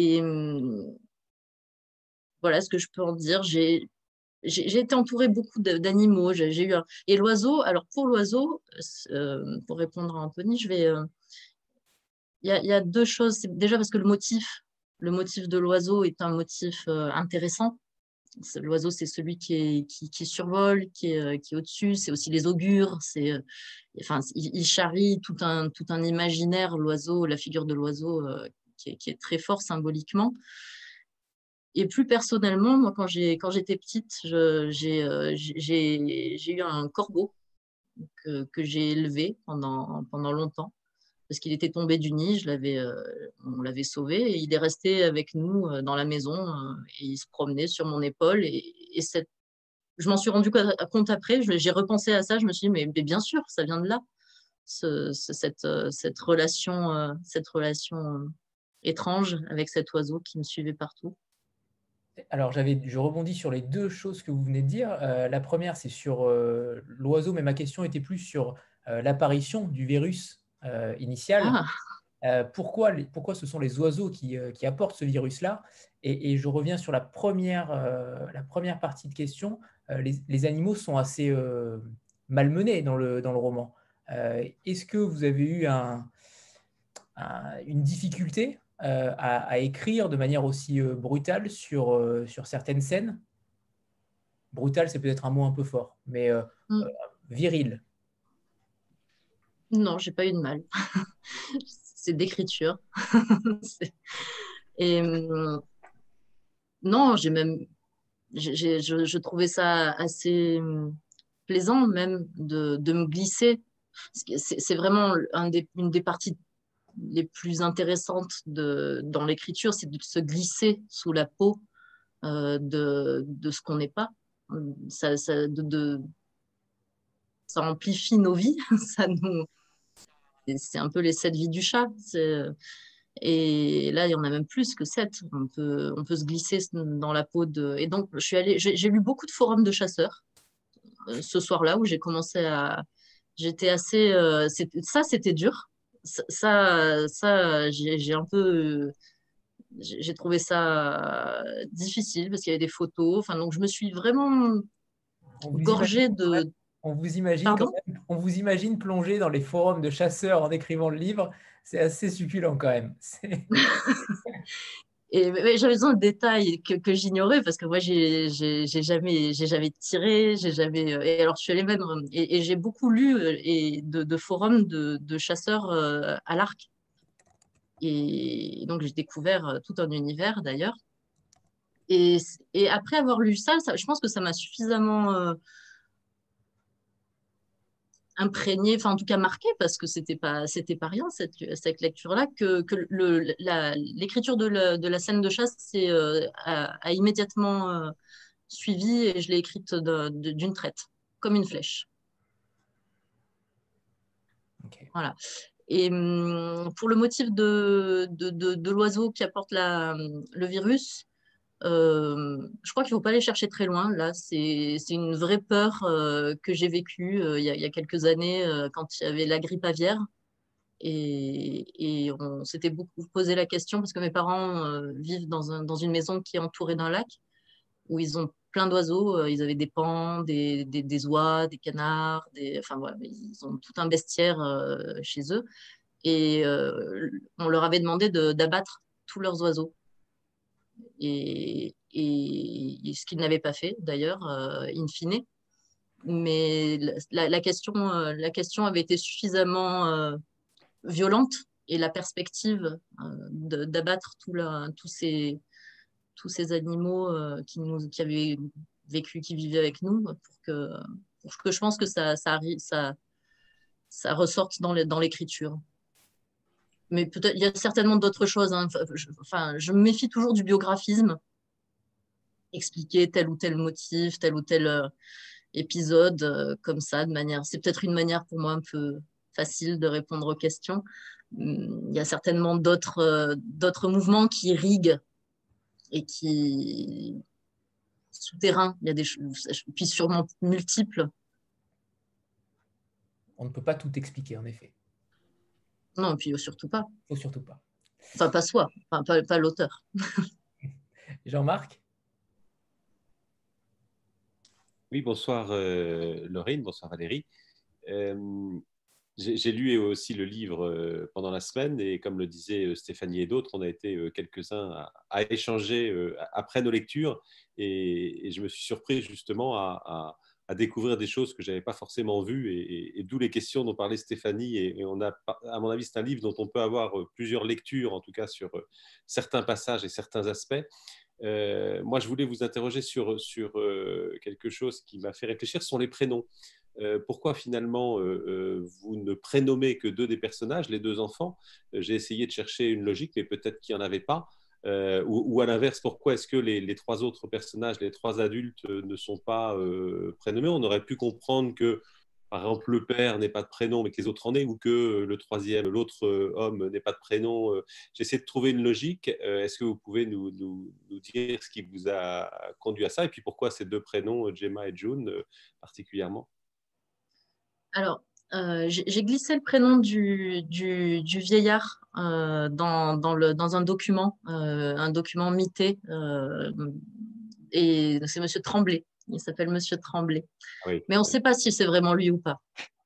voilà ce que je peux en dire. J'ai été entourée beaucoup d'animaux. Et l'oiseau, alors pour l'oiseau, pour répondre à Anthony, il y a deux choses. C'est déjà parce que le motif de l'oiseau est un motif intéressant. L'oiseau, c'est celui qui survole, qui est au-dessus. C'est aussi les augures. Il charrie tout un imaginaire, l'oiseau, la figure de l'oiseau, qui est très fort symboliquement. Et plus personnellement, moi, quand j'étais petite, j'ai eu un corbeau que j'ai élevé pendant longtemps, parce qu'il était tombé du nid, on l'avait sauvé, et il est resté avec nous dans la maison, et il se promenait sur mon épaule. Je m'en suis rendu compte après, j'ai repensé à ça, je me suis dit, mais bien sûr, ça vient de là, cette relation étrange avec cet oiseau qui me suivait partout. Alors, je rebondis sur les deux choses que vous venez de dire. La première, c'est sur l'oiseau, mais ma question était plus sur l'apparition du virus initial. Pourquoi ce sont les oiseaux qui apportent ce virus-là? Et je reviens sur la première partie de question. Les animaux sont assez malmenés dans le roman. Est-ce que vous avez eu une difficulté à écrire de manière aussi brutale sur certaines scènes? Brutal, c'est peut-être un mot un peu fort, mais viril. Non, j'ai pas eu de mal. C'est d'écriture. Et non, je trouvais ça assez plaisant même de me glisser. C'est vraiment une des parties les plus intéressantes dans l'écriture, c'est de se glisser sous la peau de ce qu'on n'est pas. Ça amplifie nos vies. C'est un peu les 7 vies du chat. Et là, il y en a même plus que 7. On peut se glisser dans la peau de... Et donc, j'ai lu beaucoup de forums de chasseurs ce soir-là où j'ai commencé à... J'étais assez... ça, c'était dur. Ça j'ai un peu... J'ai trouvé ça difficile parce qu'il y avait des photos. Enfin, donc, je me suis vraiment gorgée de... On vous imagine plonger dans les forums de chasseurs en écrivant le livre. C'est assez succulent quand même. Et j'avais besoin de détails que j'ignorais parce que moi, j'ai jamais tiré, et alors, je suis allée même... Et j'ai beaucoup lu de forums de chasseurs à l'arc. Et donc, j'ai découvert tout un univers d'ailleurs. Et après avoir lu ça, je pense que ça m'a suffisamment... imprégné, enfin en tout cas marqué, parce que c'était pas rien cette lecture-là, que l'écriture de la scène de chasse a immédiatement suivi, et je l'ai écrite d'une traite, comme une flèche. Okay. Voilà. Et pour le motif de l'oiseau qui apporte le virus, je crois qu'il ne faut pas aller chercher très loin. Là, c'est une vraie peur que j'ai vécue il y a quelques années quand il y avait la grippe aviaire. Et on s'était beaucoup posé la question parce que mes parents vivent dans une maison qui est entourée d'un lac où ils ont plein d'oiseaux. Ils avaient des paons, des oies, des canards, enfin, voilà, ils ont tout un bestiaire chez eux. Et on leur avait demandé d'abattre tous leurs oiseaux. Et ce qu'ils n'avaient pas fait, d'ailleurs, in fine. Mais la question avait été suffisamment violente et la perspective d'abattre tous ces animaux qui avaient vécu, qui vivaient avec nous, pour que je pense que ça ressorte dans l'écriture. Mais peut-être, il y a certainement d'autres choses. Hein. Je me méfie toujours du biographisme. Expliquer tel ou tel motif, tel ou tel épisode comme ça, de manière. C'est peut-être une manière pour moi un peu facile de répondre aux questions. Il y a certainement d'autres mouvements qui irriguent et qui souterrains. Il y a des choses, puis sûrement multiples. On ne peut pas tout expliquer, en effet. Non, et puis surtout pas. Faut surtout pas. Enfin, pas soi, enfin, pas l'auteur. Jean-Marc? Oui, bonsoir Laurine, bonsoir Valérie. J'ai lu aussi le livre pendant la semaine et comme le disaient Stéphanie et d'autres, on a été quelques-uns à échanger après nos lectures et je me suis surpris justement à découvrir des choses que je n'avais pas forcément vues et d'où les questions dont parlait Stéphanie. Et on a, à mon avis, c'est un livre dont on peut avoir plusieurs lectures, en tout cas sur certains passages et certains aspects. Moi, je voulais vous interroger sur quelque chose qui m'a fait réfléchir, ce sont les prénoms. Pourquoi finalement vous ne prénommez que deux des personnages, les deux enfants? J'ai essayé de chercher une logique, mais peut-être qu'il n'y en avait pas. Ou à l'inverse, pourquoi est-ce que les trois autres personnages, les trois adultes, ne sont pas prénommés? On aurait pu comprendre que, par exemple, le père n'ait pas de prénom, mais que les autres en aient, ou que l'autre homme n'ait pas de prénom. J'essaie de trouver une logique. Est-ce que vous pouvez nous dire ce qui vous a conduit à ça? Et puis pourquoi ces deux prénoms, Gemma et June, particulièrement? Alors, j'ai glissé le prénom du vieillard dans un document mité, et c'est Monsieur Tremblay. Il s'appelle Monsieur Tremblay. Oui, mais on ne sait pas si c'est vraiment lui ou pas.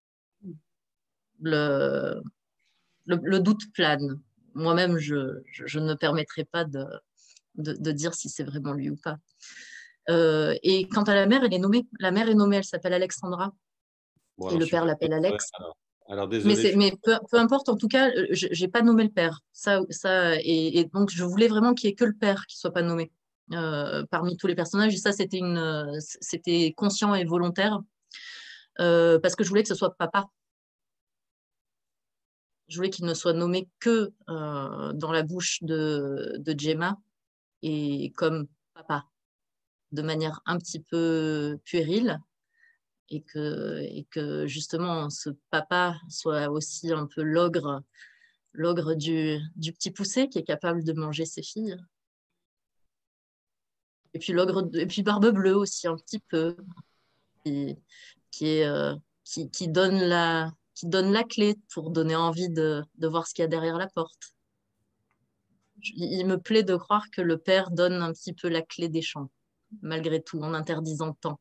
Le doute plane. Moi-même, je ne me permettrai pas de dire si c'est vraiment lui ou pas. Et quant à la mère, elle est nommée. La mère est nommée, elle s'appelle Alexandra. Bon, et le père l'appelle Alex. Alors désolé. Mais peu importe, en tout cas, je n'ai pas nommé le père. Et donc, je voulais vraiment qu'il n'y ait que le père qui ne soit pas nommé parmi tous les personnages. Et ça, c'était conscient et volontaire parce que je voulais que ce soit papa. Je voulais qu'il ne soit nommé que dans la bouche de Gemma et comme papa, de manière un petit peu puérile. Et que justement ce papa soit aussi un peu l'ogre du petit poucet qui est capable de manger ses filles. Et puis Barbe Bleue aussi un petit peu, qui donne la clé pour donner envie de voir ce qu'il y a derrière la porte. Il me plaît de croire que le père donne un petit peu la clé des champs, malgré tout, en interdisant tant.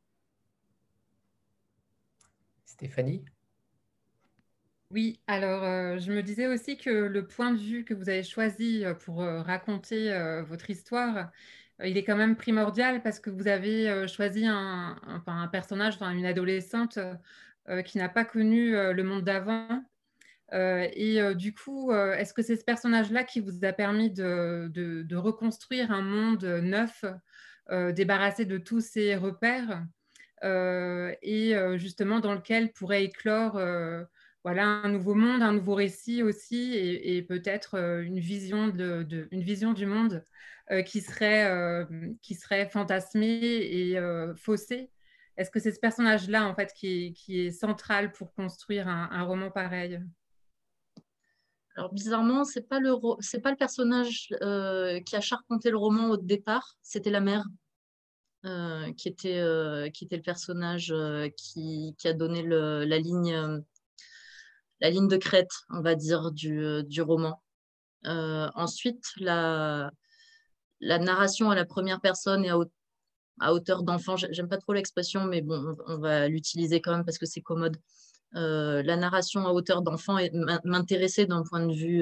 Stéphanie? Oui, alors je me disais aussi que le point de vue que vous avez choisi pour raconter votre histoire, il est quand même primordial parce que vous avez choisi un personnage, une adolescente qui n'a pas connu le monde d'avant. Du coup, est-ce que c'est ce personnage-là qui vous a permis de reconstruire un monde neuf, débarrassé de tous ces repères justement dans lequel pourrait éclore un nouveau monde, un nouveau récit aussi et peut-être une vision du monde qui serait fantasmée et faussée. Est-ce que c'est ce personnage-là en fait qui est central pour construire un roman pareil? Alors bizarrement, c'est pas le personnage qui a charpenté le roman au départ, c'était la mère. Qui était le personnage qui a donné la ligne de crête, on va dire, du roman. Ensuite, la narration à la première personne et à hauteur d'enfant, j'aime pas trop l'expression, mais bon, on va l'utiliser quand même parce que c'est commode. La narration à hauteur d'enfant m'intéressait d'un point de vue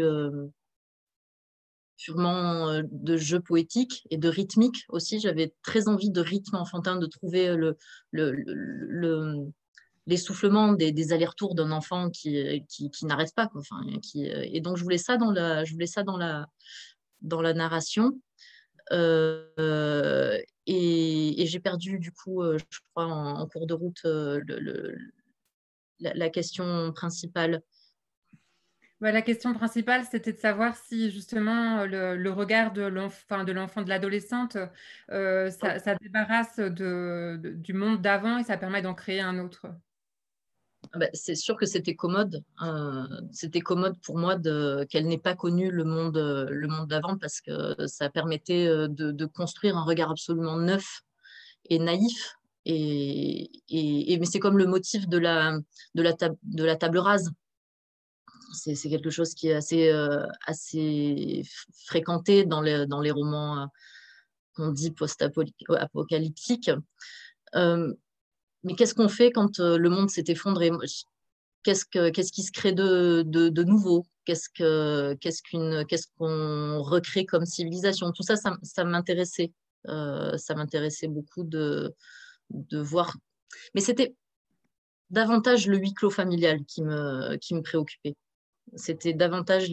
purement de jeu poétique et de rythmique aussi. J'avais très envie de rythme enfantin, de trouver l'essoufflement des allers-retours d'un enfant qui n'arrête pas, quoi. Enfin, et donc je voulais ça dans la narration. Et j'ai perdu du coup, je crois, en cours de route la question principale. La question principale, c'était de savoir si justement le regard de l'enfant, de l'adolescente, ça débarrasse du monde d'avant et ça permet d'en créer un autre. C'est sûr que c'était commode. C'était commode pour moi qu'elle n'ait pas connu le monde d'avant parce que ça permettait de construire un regard absolument neuf et naïf. Mais c'est comme le motif de la table rase. C'est quelque chose qui est assez fréquenté dans les romans qu'on dit post-apocalyptiques. Mais qu'est-ce qu'on fait quand le monde s'est effondré? Qu'est-ce qui se crée de nouveau? Qu'est-ce qu'on recrée comme civilisation? Tout ça, ça m'intéressait. Ça m'intéressait beaucoup de voir. Mais c'était davantage le huis clos familial qui me préoccupait. C'était davantage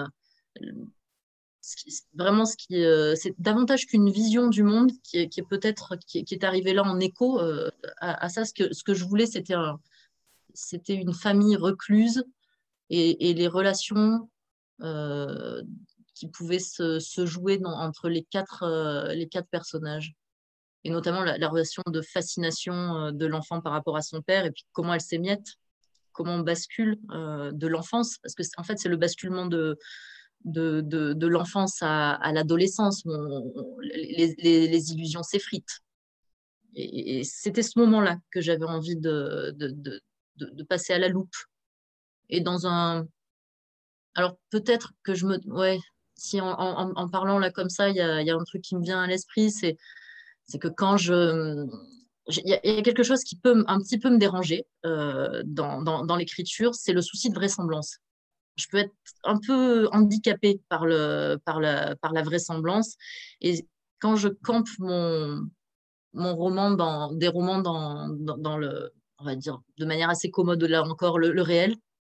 c'est davantage qu'une vision du monde qui est arrivée là en écho à ça. Ce que je voulais, c'était une famille recluse et les relations qui pouvaient se jouer entre les quatre personnages. Et notamment la relation de fascination de l'enfant par rapport à son père et puis comment elle s'émiette, comment on bascule de l'enfance. Parce que en fait, c'est le basculement de l'enfance à l'adolescence où les illusions s'effritent. Et c'était ce moment-là que j'avais envie de passer à la loupe. Et dans un... Alors peut-être que si en parlant là comme ça, il y a un truc qui me vient à l'esprit, c'est que quand il y a quelque chose qui peut un petit peu me déranger dans l'écriture, c'est le souci de vraisemblance. Je peux être un peu handicapée par la vraisemblance. Et quand je campe mon roman des romans dans on va dire, de manière assez commode, là encore, le réel,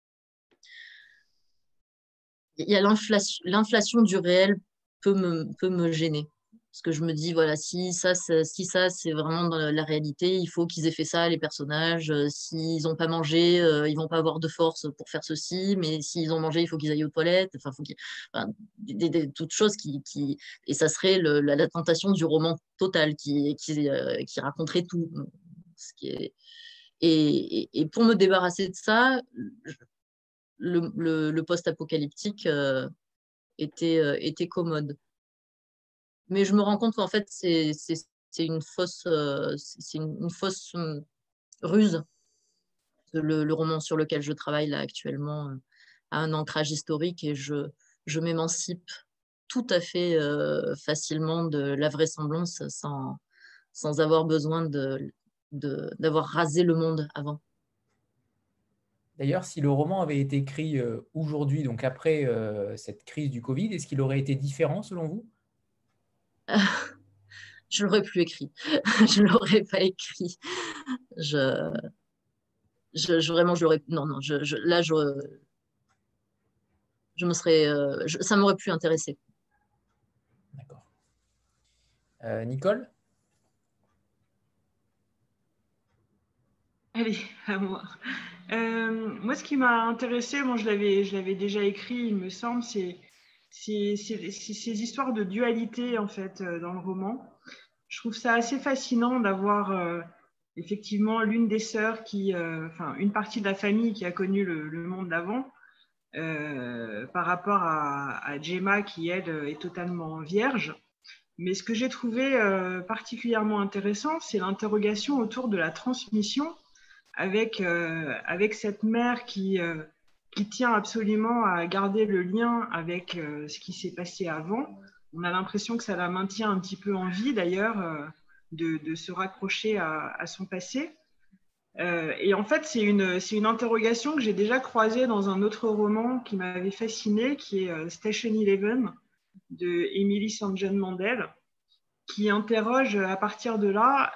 il y a l'inflation du réel peut me gêner. Parce que je me dis, voilà, si ça c'est vraiment dans la réalité, il faut qu'ils aient fait ça, les personnages. S'ils n'ont pas mangé, ils vont pas avoir de force pour faire ceci. Mais s'ils ont mangé, il faut qu'ils aillent aux toilettes. Enfin, toutes choses et ça serait la tentation du roman total qui raconterait tout. Et pour me débarrasser de ça, le post-apocalyptique était commode. Mais je me rends compte qu'en fait, c'est une fausse ruse. Le roman sur lequel je travaille là actuellement a un ancrage historique et je m'émancipe tout à fait facilement de la vraisemblance sans avoir besoin d'avoir rasé le monde avant. D'ailleurs, si le roman avait été écrit aujourd'hui, donc après cette crise du Covid, est-ce qu'il aurait été différent selon vous? Je l'aurais plus écrit. Je l'aurais pas écrit. Vraiment, je l'aurais. Non, là, je me serais. Ça m'aurait plus intéressé. D'accord. Nicole? Allez, à moi. Moi, ce qui m'a intéressée, je l'avais déjà écrit, il me semble, c'est ces histoires de dualité, en fait, dans le roman. Je trouve ça assez fascinant d'avoir effectivement l'une des sœurs une partie de la famille qui a connu le monde d'avant, par rapport à Gemma qui, elle, est totalement vierge. Mais ce que j'ai trouvé particulièrement intéressant, c'est l'interrogation autour de la transmission avec cette mère qui tient absolument à garder le lien avec ce qui s'est passé avant. On a l'impression que ça la maintient un petit peu en vie, d'ailleurs, de se raccrocher à son passé. Et en fait, c'est une interrogation que j'ai déjà croisée dans un autre roman qui m'avait fascinée, qui est Station 11 de Emily St. John Mandel, qui interroge à partir de là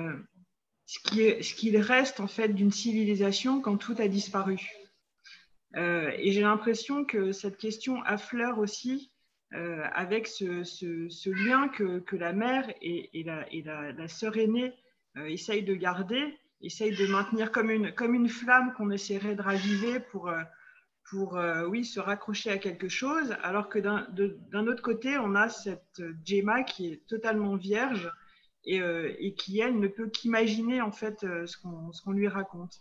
ce qu'il reste en fait d'une civilisation quand tout a disparu. Et j'ai l'impression que cette question affleure aussi avec ce lien que la mère et la sœur aînée essayent de garder, essayent de maintenir comme une flamme qu'on essaierait de raviver pour oui, se raccrocher à quelque chose, alors que d'un autre côté, on a cette Gemma qui est totalement vierge et qui, elle, ne peut qu'imaginer en fait ce qu'on lui raconte.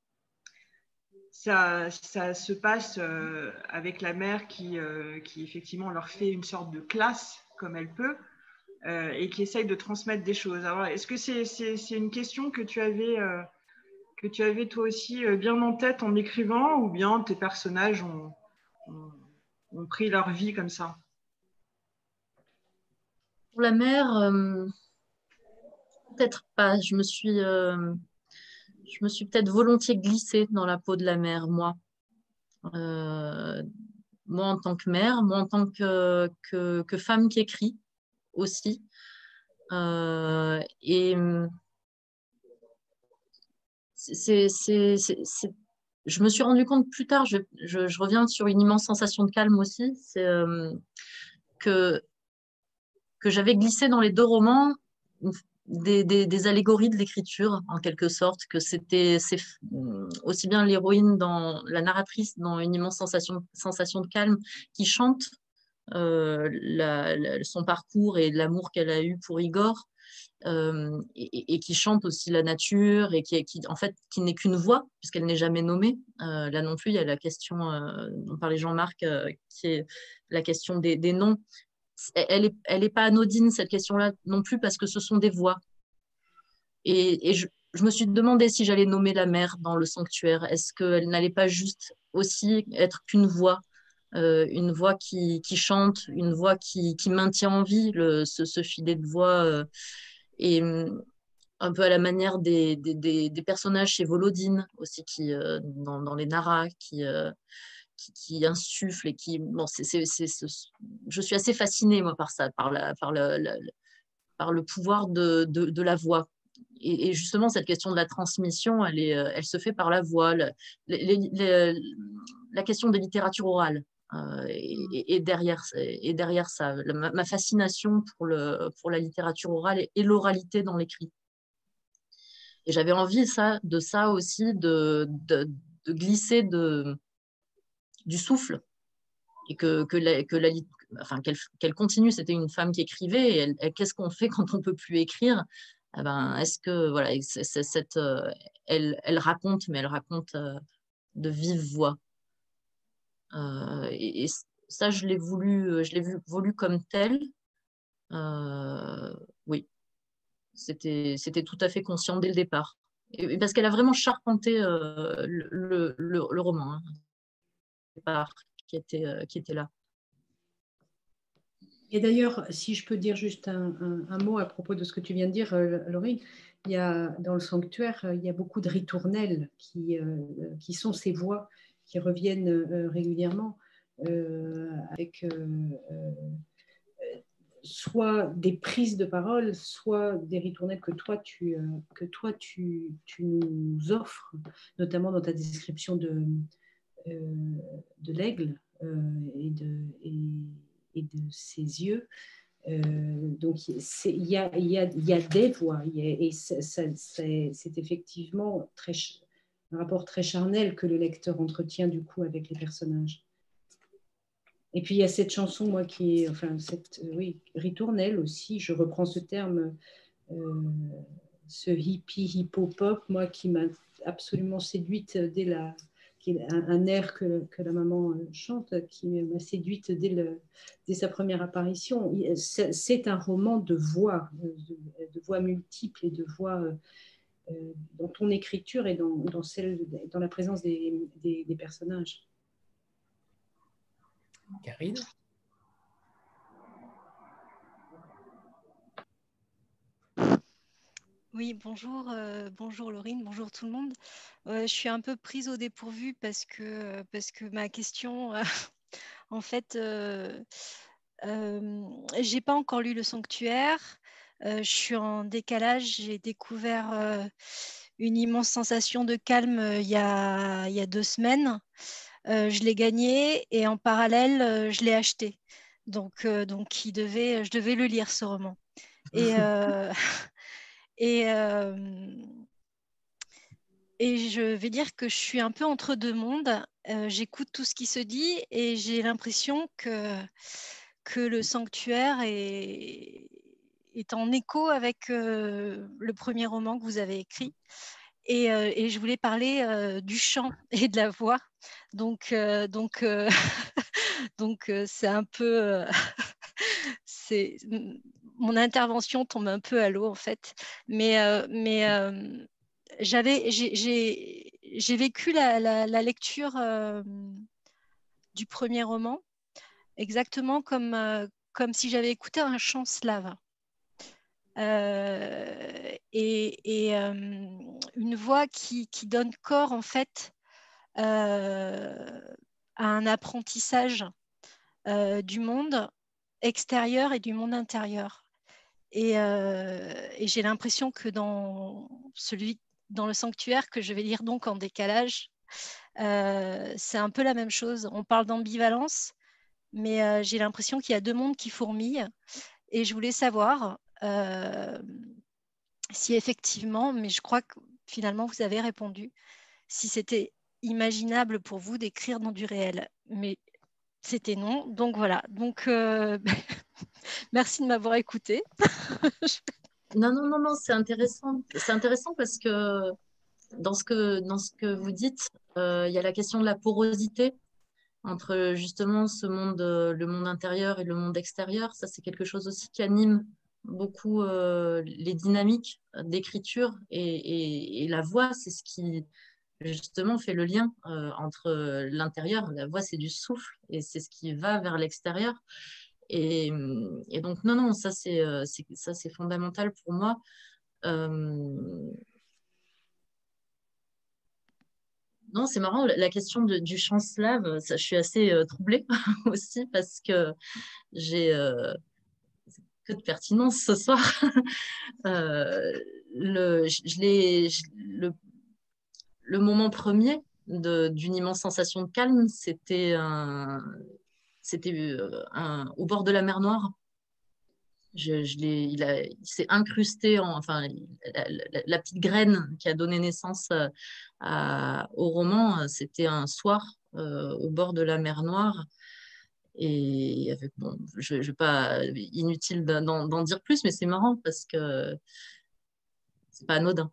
Ça se passe avec la mère qui effectivement leur fait une sorte de classe comme elle peut et qui essaye de transmettre des choses. Alors, est-ce que c'est une question que tu avais toi aussi bien en tête en écrivant, ou bien tes personnages ont pris leur vie comme ça? Pour la mère, peut-être pas. Je me suis peut-être volontiers glissée dans la peau de la mère, moi. Moi en tant que mère, moi en tant que femme qui écrit aussi. Et je me suis rendu compte plus tard, je reviens sur une immense sensation de calme aussi, c'est que j'avais glissé dans les deux romans des allégories de l'écriture, en quelque sorte, que c'est aussi bien l'héroïne, la narratrice, dans une immense sensation de calme, qui chante son parcours et l'amour qu'elle a eu pour Igor, et qui chante aussi la nature, et qui en fait, qui n'est qu'une voix, puisqu'elle n'est jamais nommée. Là non plus, il y a la question dont parlait Jean-Marc, qui est la question des noms. Elle est pas anodine, cette question-là non plus, parce que ce sont des voix. Et je me suis demandé si j'allais nommer la mère dans le sanctuaire. Est-ce qu'elle n'allait pas juste aussi être qu'une voix, une voix qui chante, une voix qui maintient en vie ce filet de voix, et un peu à la manière des personnages chez Volodine aussi, dans les Nara, qui insuffle et qui... Bon, je suis assez fascinée, moi, par ça, par le pouvoir de la voix. Et justement, cette question de la transmission, elle se fait par la voix. La question des littératures orales et derrière ça, ma fascination pour la littérature orale et l'oralité dans l'écrit. Et j'avais envie de ça aussi, de glisser du souffle, et qu'elle continue. C'était une femme qui écrivait, et qu'est-ce qu'on fait quand on ne peut plus écrire? Eh ben, est-ce que voilà, elle raconte, mais elle raconte de vive voix. Et ça, je l'ai voulu comme tel. Oui, c'était tout à fait conscient dès le départ. Et parce qu'elle a vraiment charpenté le roman, hein, qui était là. Et d'ailleurs, si je peux dire juste un mot à propos de ce que tu viens de dire, Laurie, dans le sanctuaire, il y a beaucoup de ritournelles qui sont ces voix qui reviennent régulièrement avec soit des prises de parole, soit des ritournelles que toi tu nous offres, notamment dans ta description de l'aigle et de ses yeux. Donc, il y a des voix, et c'est effectivement un rapport très charnel que le lecteur entretient du coup avec les personnages. Et puis il y a cette chanson, moi, qui est, enfin, ritournelle aussi, je reprends ce terme, ce hippie, hippo-pop, moi, qui m'a absolument séduite est un air que la maman chante, qui m'a séduite dès sa première apparition. C'est un roman de voix multiples et de voix dans ton écriture et dans la présence des personnages. Karine? Oui, bonjour, bonjour Laurine, bonjour tout le monde. Je suis un peu prise au dépourvu parce que ma question, en fait, j'ai pas encore lu Le Sanctuaire. Je suis en décalage. J'ai découvert une immense sensation de calme il y a 2 semaines. Je l'ai gagné et en parallèle, je l'ai acheté. Donc je devais le lire, ce roman. Et je vais dire que je suis un peu entre deux mondes. J'écoute tout ce qui se dit et j'ai l'impression que Le Sanctuaire est en écho avec le premier roman que vous avez écrit. Et je voulais parler du chant et de la voix. Donc c'est un peu... mon intervention tombe un peu à l'eau, en fait. J'ai vécu la lecture du premier roman exactement comme si j'avais écouté un chant slave. Et une voix qui donne corps, en fait, à un apprentissage du monde extérieur et du monde intérieur. Et j'ai l'impression que dans Le Sanctuaire, que je vais lire donc en décalage, c'est un peu la même chose. On parle d'ambivalence, mais j'ai l'impression qu'il y a deux mondes qui fourmillent. Et je voulais savoir si effectivement, mais je crois que finalement vous avez répondu, si c'était imaginable pour vous d'écrire dans du réel. Mais c'était non. Donc voilà. Donc merci de m'avoir écouté. Non, c'est intéressant. C'est intéressant parce que dans ce que vous dites, il y a la question de la porosité entre justement le monde intérieur et le monde extérieur. Ça, c'est quelque chose aussi qui anime beaucoup les dynamiques d'écriture et la voix, c'est ce qui justement fait le lien entre l'intérieur. La voix, c'est du souffle et c'est ce qui va vers l'extérieur. Et donc, non, ça, c'est fondamental pour moi. Non, c'est marrant, la question du chant slave, ça, je suis assez troublée aussi parce que j'ai que de pertinence ce soir. Le moment premier d'une immense sensation de calme, c'était au bord de la mer Noire. Il s'est incrusté enfin, la petite graine qui a donné naissance au roman, c'était un soir au bord de la mer Noire. Et bon, je ne vais pas, inutile d'en dire plus, mais c'est marrant parce que c'est pas anodin.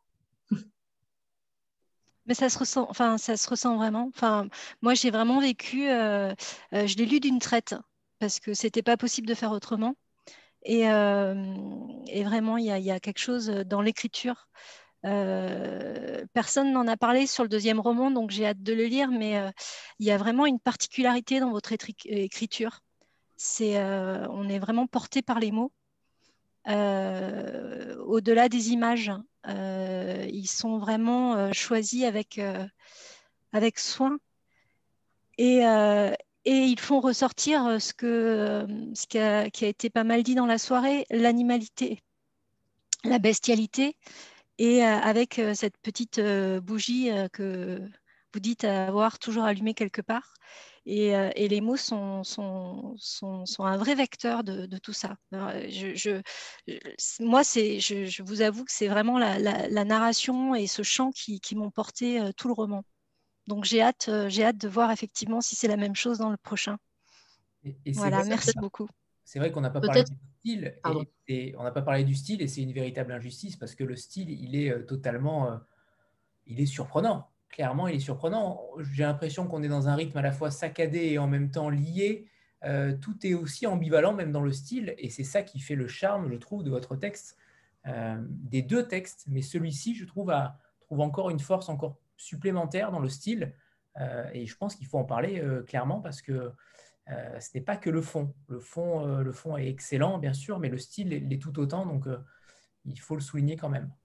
Mais ça se ressent, enfin, ça se ressent vraiment. Enfin, moi, j'ai vraiment vécu, je l'ai lu d'une traite parce que c'était pas possible de faire autrement. Et vraiment, il y a quelque chose dans l'écriture. Personne n'en a parlé sur le deuxième roman, donc j'ai hâte de le lire, mais il y a vraiment une particularité dans votre écriture. On est vraiment porté par les mots, au-delà des images. Ils sont vraiment choisis avec soin et ils font ressortir ce qui a été pas mal dit dans la soirée, l'animalité, la bestialité, et avec cette petite bougie que vous dites avoir toujours allumée quelque part. Et les mots sont un vrai vecteur de tout ça. Moi, je vous avoue que c'est vraiment la narration et ce chant qui m'ont porté tout le roman. Donc j'ai hâte de voir effectivement si c'est la même chose dans le prochain. Voilà, merci beaucoup. C'est vrai qu'on n'a pas parlé du style, et on n'a pas parlé du style, et c'est une véritable injustice parce que le style, il est totalement, il est surprenant. clairement, il est surprenant. J'ai l'impression qu'on est dans un rythme à la fois saccadé et en même temps lié. Tout est aussi ambivalent, même dans le style, et c'est ça qui fait le charme, je trouve, de votre texte, des deux textes. Mais celui-ci, je trouve, trouve encore une force encore supplémentaire dans le style, et je pense qu'il faut en parler clairement parce que ce n'est pas que le fond. Le fond est excellent, bien sûr, mais le style l'est tout autant, donc il faut le souligner quand même.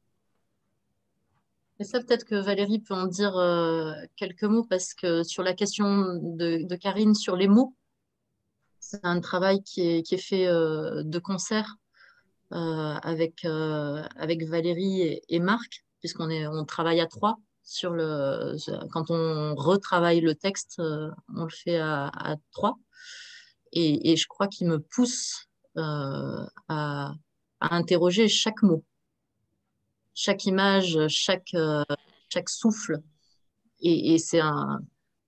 Et ça, peut-être que Valérie peut en dire quelques mots, parce que sur la question de Karine sur les mots, c'est un travail qui est fait de concert avec Valérie et Marc, on travaille à trois quand on retravaille le texte, on le fait à trois. Et je crois qu'il me pousse à interroger chaque mot, chaque image, chaque souffle. Et c'est un...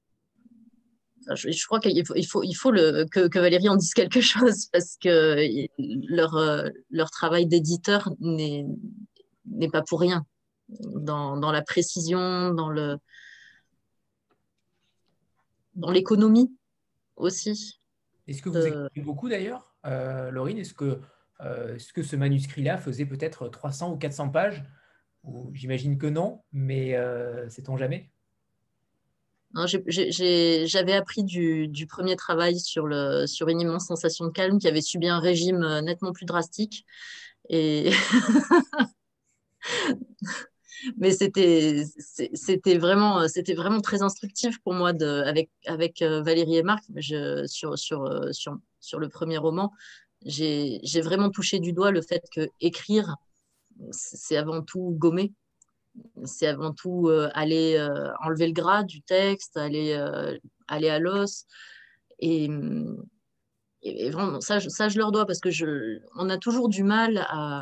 Je crois qu'il faut que Valérie en dise quelque chose, parce que leur travail d'éditeur n'est pas pour rien dans la précision, dans l'économie aussi. Est-ce que vous écrivez beaucoup d'ailleurs, Laurine? Est-ce que ce manuscrit-là faisait peut-être 300 ou 400 pages? J'imagine que non, mais sait-on jamais? J'avais appris du premier travail sur une immense sensation de calme qui avait subi un régime nettement plus drastique. Mais c'était vraiment très instructif pour moi avec Valérie et Marc sur le premier roman. J'ai vraiment touché du doigt le fait que écrire, c'est avant tout gommer. C'est avant tout aller enlever le gras du texte, aller à l'os. Et vraiment, ça, je leur dois, parce que on a toujours du mal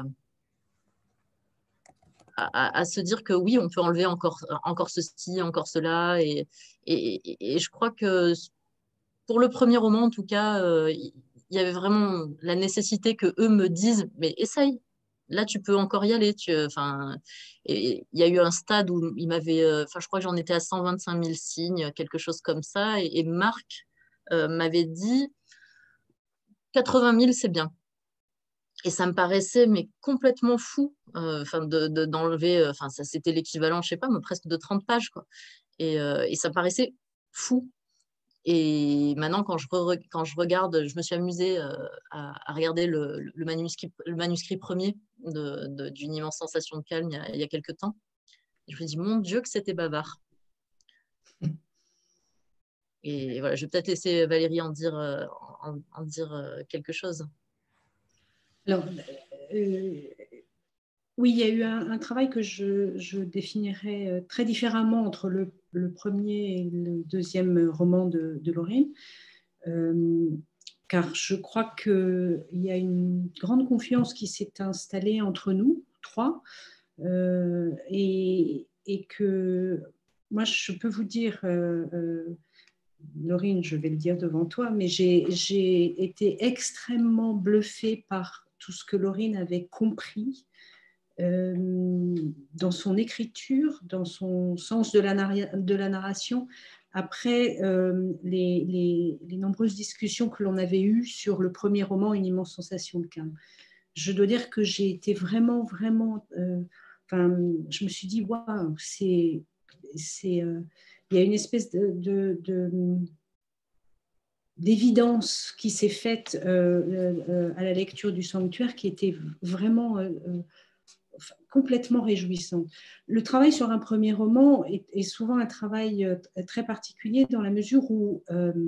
à se dire que oui, on peut enlever encore ceci, encore cela. Et je crois que pour le premier roman, en tout cas, il y avait vraiment la nécessité que eux me disent, mais essaye. Là, tu peux encore y aller. Il y a eu un stade où il m'avait, je crois que j'en étais à 125 000 signes, quelque chose comme ça. Et Marc m'avait dit 80 000, c'est bien. Et ça me paraissait mais complètement fou d'enlever, ça c'était l'équivalent, je sais pas, mais presque de 30 pages, quoi. Et ça me paraissait fou. Et maintenant, quand je regarde, je me suis amusée à regarder le manuscrit premier d'une immense sensation de calme il y a quelques temps. Et je me dis, mon Dieu, que c'était bavard. Et voilà, je vais peut-être laisser Valérie en dire quelque chose. Alors, oui, il y a eu un travail que je définirais très différemment entre le premier et le deuxième roman de Laurine, car je crois qu'il y a une grande confiance qui s'est installée entre nous trois, et que moi, je peux vous dire, Laurine, je vais le dire devant toi, mais j'ai été extrêmement bluffée par tout ce que Laurine avait compris dans son écriture, dans son sens de la narration, après les nombreuses discussions que l'on avait eues sur le premier roman, Une immense sensation de calme. Je dois dire que j'ai été vraiment, je me suis dit, waouh, il y a une espèce d'évidence qui s'est faite à la lecture du Sanctuaire qui était vraiment complètement réjouissante. Le travail sur un premier roman est souvent un travail très particulier dans la mesure où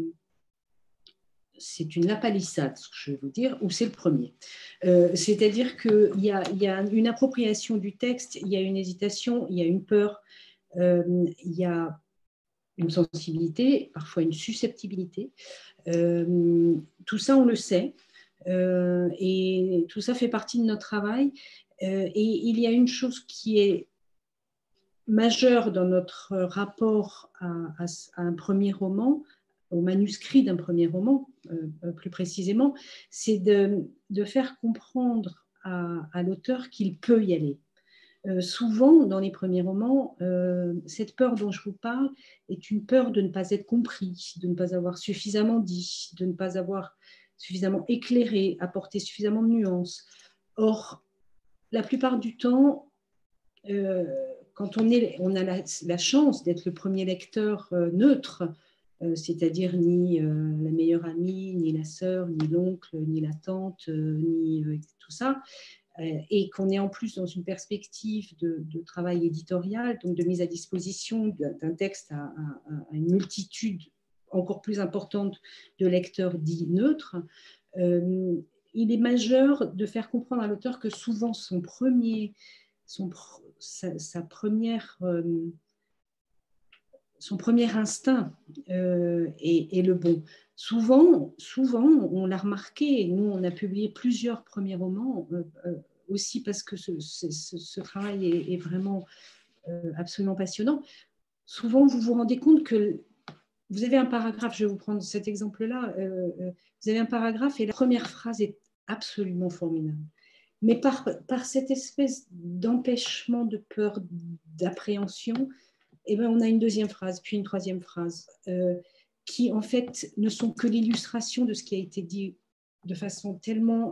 c'est une lapalissade, je vais vous dire, ou c'est le premier. C'est-à-dire qu'il y a une appropriation du texte, il y a une hésitation, il y a une peur, il y a une sensibilité, parfois une susceptibilité. Tout ça, on le sait. Et tout ça fait partie de notre travail. Et il y a une chose qui est majeure dans notre rapport à un premier roman, au manuscrit d'un premier roman, plus précisément, c'est de faire comprendre à l'auteur qu'il peut y aller. Souvent, dans les premiers romans, cette peur dont je vous parle est une peur de ne pas être compris, de ne pas avoir suffisamment dit, de ne pas avoir suffisamment éclairé, apporté suffisamment de nuances. Or, la plupart du temps, quand on a la chance d'être le premier lecteur neutre, c'est-à-dire ni la meilleure amie, ni la sœur, ni l'oncle, ni la tante, ni tout ça, et qu'on est en plus dans une perspective de travail éditorial, donc de mise à disposition d'un texte à une multitude encore plus importante de lecteurs dits neutres, il est majeur de faire comprendre à l'auteur que souvent son premier instinct est le bon. Souvent, on l'a remarqué, nous on a publié plusieurs premiers romans, aussi parce que ce travail est vraiment absolument passionnant. Souvent, vous vous rendez compte que vous avez un paragraphe, je vais vous prendre cet exemple-là, vous avez un paragraphe et la première phrase est absolument formidable. Mais par cette espèce d'empêchement, de peur, d'appréhension, eh bien, on a une deuxième phrase, puis une troisième phrase, qui en fait ne sont que l'illustration de ce qui a été dit de façon tellement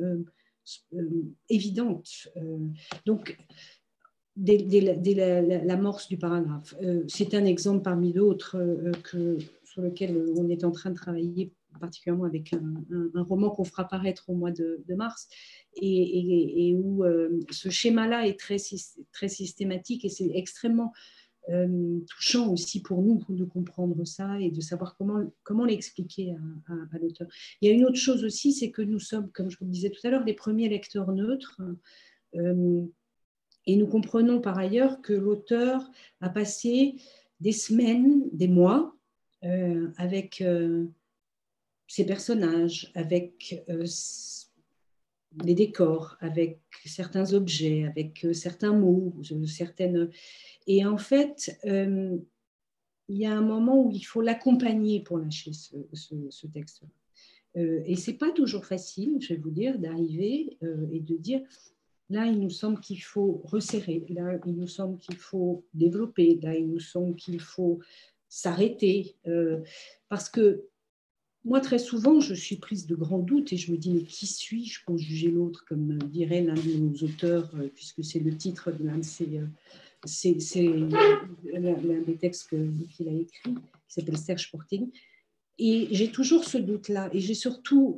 évidente. Donc, dès l'amorce du paragraphe. C'est un exemple parmi d'autres sur lequel on est en train de travailler, particulièrement avec un roman qu'on fera paraître au mois de mars, et où ce schéma-là est très systématique, et c'est extrêmement touchant aussi pour nous de comprendre ça et de savoir comment l'expliquer à l'auteur. Il y a une autre chose aussi, c'est que nous sommes, comme je vous le disais tout à l'heure, les premiers lecteurs neutres, et nous comprenons par ailleurs que l'auteur a passé des semaines, des mois avec ses personnages, avec les décors, avec certains objets, avec certains mots, certaines... Et en fait, il y a un moment où il faut l'accompagner pour lâcher ce texte-là. Et ce n'est pas toujours facile, je vais vous dire, d'arriver et de dire, là, il nous semble qu'il faut resserrer, là, il nous semble qu'il faut développer, là, il nous semble qu'il faut s'arrêter. Parce que moi, très souvent, je suis prise de grands doutes et je me dis, mais qui suis-je pour juger l'autre, comme dirait l'un de nos auteurs, puisque c'est le titre de l'un de c'est l'un des textes qu'il a écrit, qui s'appelle Serge Porting. Et j'ai toujours ce doute-là. Et j'ai surtout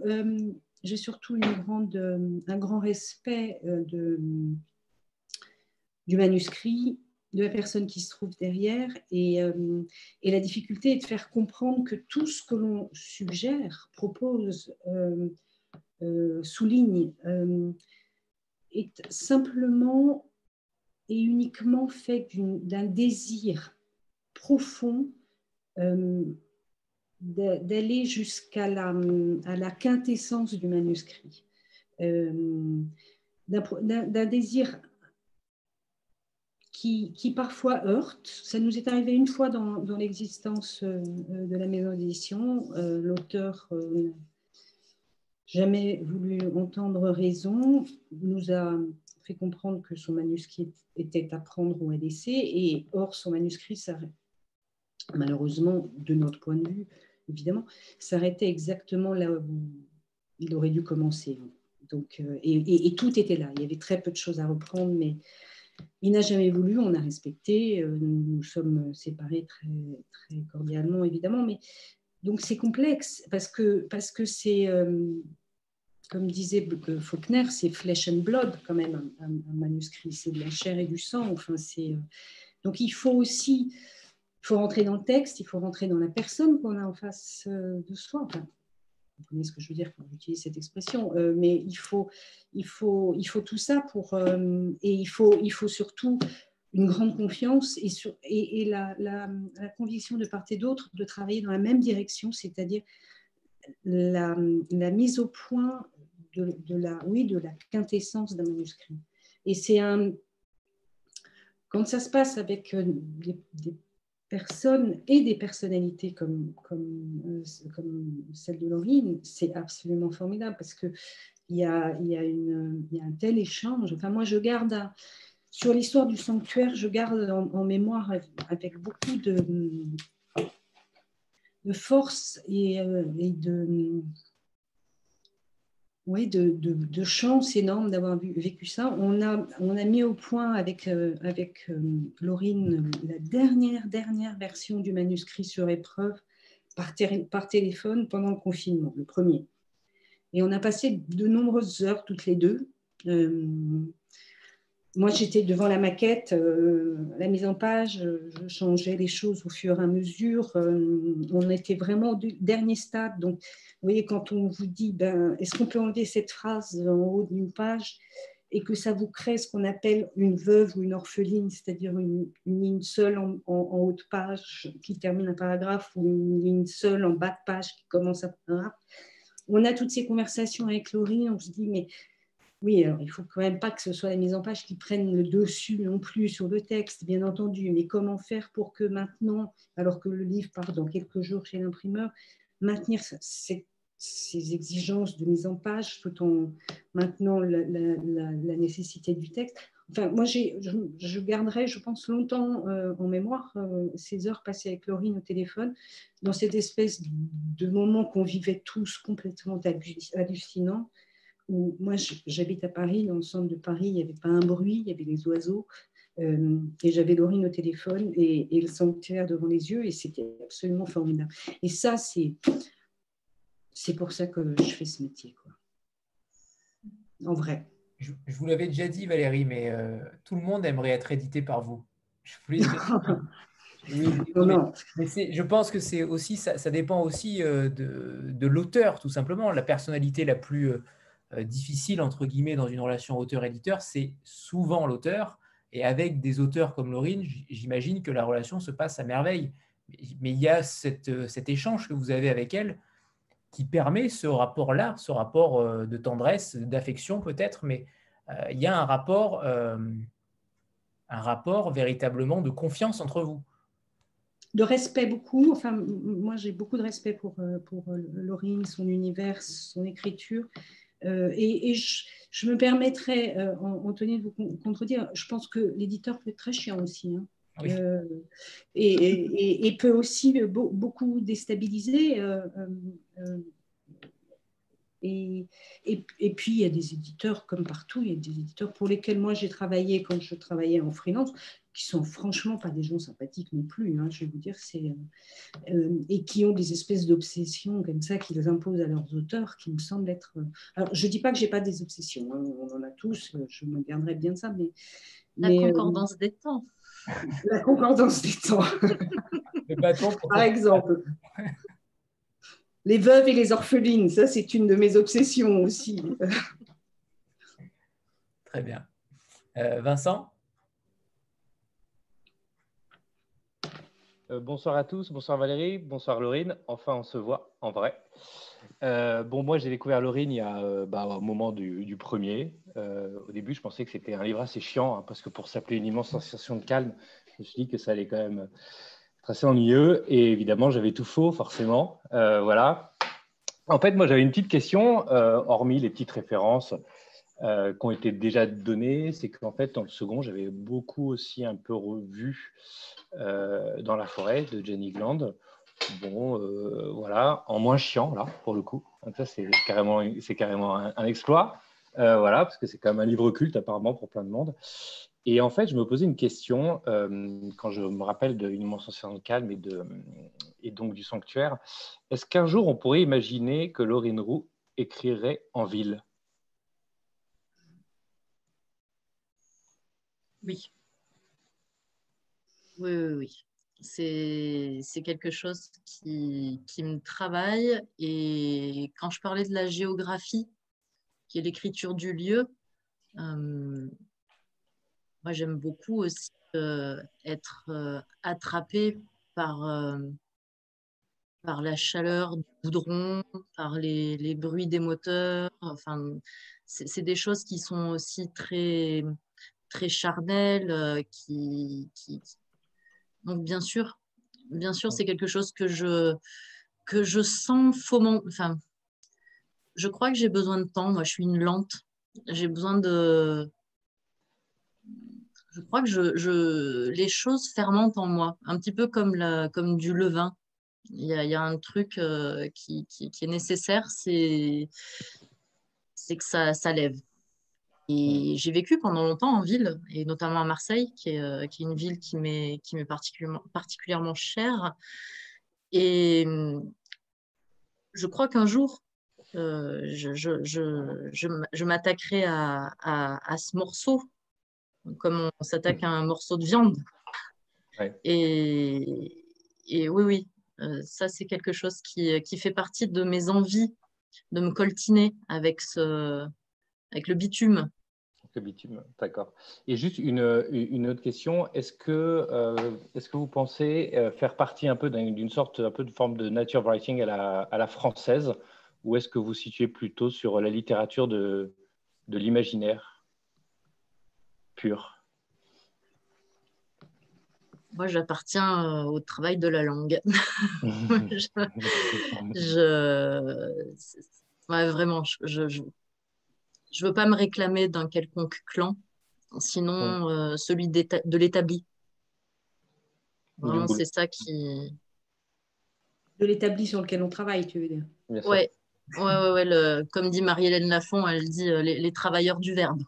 un grand respect du manuscrit, de la personne qui se trouve derrière, et la difficulté est de faire comprendre que tout ce que l'on suggère, propose, souligne, est simplement et uniquement fait d'un désir profond d'aller jusqu'à la quintessence du manuscrit, d'un désir qui parfois heurte. Ça nous est arrivé une fois dans l'existence de la maison d'édition. L'auteur n'a jamais voulu entendre raison, nous a fait comprendre que son manuscrit était à prendre ou à laisser, et or son manuscrit s'arrête. Malheureusement, de notre point de vue, évidemment, s'arrêtait exactement là où il aurait dû commencer. Donc, et tout était là. Il y avait très peu de choses à reprendre, mais il n'a jamais voulu, on a respecté. Nous nous sommes séparés très, très cordialement, évidemment. Mais, donc, c'est complexe parce que c'est, comme disait Faulkner, c'est flesh and blood quand même, un manuscrit. C'est de la chair et du sang. Enfin, donc, il faut aussi... Il faut rentrer dans le texte, il faut rentrer dans la personne qu'on a en face de soi. Enfin, vous comprenez ce que je veux dire quand j'utilise cette expression, mais il faut tout ça pour... et il faut surtout une grande confiance et la conviction de part et d'autre de travailler dans la même direction, c'est-à-dire la mise au point de la quintessence d'un manuscrit. Et c'est quand ça se passe avec des personnes et des personnalités comme celle de Laurine, c'est absolument formidable parce qu'il y a un tel échange. Enfin, moi, je garde Sur l'histoire du sanctuaire, je garde en mémoire avec beaucoup de force et de chance énorme d'avoir vécu ça. On a mis au point avec Laurine la dernière version du manuscrit sur épreuve par téléphone pendant le confinement, le premier. Et on a passé de nombreuses heures toutes les deux. Moi, j'étais devant la maquette, la mise en page, je changeais les choses au fur et à mesure. On était vraiment au dernier stade. Donc, vous voyez, quand on vous dit, est-ce qu'on peut enlever cette phrase en haut d'une page et que ça vous crée ce qu'on appelle une veuve ou une orpheline, c'est-à-dire une ligne seule en haut de page qui termine un paragraphe ou une ligne seule en bas de page qui commence un paragraphe. On a toutes ces conversations avec Laurie, on se dit, mais oui, alors il ne faut quand même pas que ce soit la mise en page qui prenne le dessus non plus sur le texte, bien entendu, mais comment faire pour que maintenant, alors que le livre part dans quelques jours chez l'imprimeur, maintenir ces exigences de mise en page tout en maintenant la nécessité du texte. Enfin, moi, je garderai, je pense, longtemps en mémoire ces heures passées avec Laurine au téléphone, dans cette espèce de moment qu'on vivait tous complètement hallucinant. Où moi, j'habite à Paris, dans le centre de Paris, il n'y avait pas un bruit, il y avait les oiseaux, et j'avais Laurine au téléphone et le sanctuaire devant les yeux, et c'était absolument formidable. Et ça, c'est pour ça que je fais ce métier, quoi. En vrai. Je vous l'avais déjà dit, Valérie, mais tout le monde aimerait être édité par vous. Je voulais non. Mais je pense que c'est aussi, ça dépend aussi de l'auteur, tout simplement. La personnalité la plus difficile, entre guillemets, dans une relation auteur-éditeur, c'est souvent l'auteur. Et avec des auteurs comme Laurine, j'imagine que la relation se passe à merveille. Mais il y a cet échange que vous avez avec elle qui permet ce rapport-là, ce rapport de tendresse, d'affection peut-être, mais il y a un rapport véritablement de confiance entre vous. De respect beaucoup. Enfin, moi, j'ai beaucoup de respect pour Laurine, son univers, son écriture. Et je me permettrais, Anthony, de vous contredire. Je pense que l'éditeur peut être très chiant aussi. Hein. Oui. Et peut aussi beaucoup déstabiliser. Et puis, il y a des éditeurs, comme partout, il y a des éditeurs pour lesquels moi j'ai travaillé quand je travaillais en freelance, qui sont franchement pas des gens sympathiques non plus, hein, je vais vous dire, et qui ont des espèces d'obsessions comme ça qu'ils imposent à leurs auteurs, qui me semblent être... Alors, je ne dis pas que je n'ai pas des obsessions, hein, on en a tous, je me garderai bien de ça, mais... La concordance des temps. La concordance des temps. Par exemple. Les veuves et les orphelines, ça c'est une de mes obsessions aussi. Très bien. Vincent ? Bonsoir à tous, bonsoir Valérie, bonsoir Laurine. Enfin, on se voit en vrai. Moi, j'ai découvert Laurine il y a, au moment du premier. Au début, je pensais que c'était un livre assez chiant, hein, parce que pour s'appeler Une immense sensation de calme, je me suis dit que ça allait quand même être assez ennuyeux. Et évidemment, j'avais tout faux, forcément. Voilà. En fait, moi, j'avais une petite question, hormis les petites références qui ont été déjà données. C'est qu'en fait, dans le second, j'avais beaucoup aussi un peu revu Dans la forêt de Jenny Gland. Bon, voilà, en moins chiant, là, pour le coup. Donc ça, c'est carrément un exploit. Voilà, parce que c'est quand même un livre culte, apparemment, pour plein de monde. Et en fait, je me posais une question quand je me rappelle d'une immense sensation de calme et donc du sanctuaire. Est-ce qu'un jour, on pourrait imaginer que Laurine Roux écrirait en ville ? Oui. Oui. C'est quelque chose qui me travaille. Et quand je parlais de la géographie, qui est l'écriture du lieu, moi, j'aime beaucoup aussi être attrapée par la chaleur du goudron, par les bruits des moteurs. Enfin, c'est des choses qui sont aussi très, très charnelles. Donc, bien sûr, c'est quelque chose que je sens foment. Enfin, je crois que j'ai besoin de temps. Moi, je suis une lente. J'ai besoin de je crois que les choses fermentent en moi, un petit peu comme du levain. Il y a un truc qui est nécessaire, c'est que ça lève. Et j'ai vécu pendant longtemps en ville, et notamment à Marseille, qui est une ville qui m'est particulièrement chère. Et je crois qu'un jour, je m'attaquerai à ce morceau, comme on s'attaque à un morceau de viande. Ouais. Et oui, ça c'est quelque chose qui fait partie de mes envies de me coltiner avec le bitume. Le bitume, d'accord. Et juste une autre question, est-ce que vous pensez faire partie un peu d'une sorte, un peu de forme de nature writing à la française, ou est-ce que vous situez plutôt sur la littérature de l'imaginaire pur? Moi, j'appartiens au travail de la langue. Ouais, vraiment, je veux pas me réclamer d'un quelconque clan, sinon celui de l'établi. Vraiment, c'est ça qui... De l'établi sur lequel on travaille, tu veux dire? Ouais. Comme dit Marie-Hélène Lafont, elle dit les travailleurs du verbe.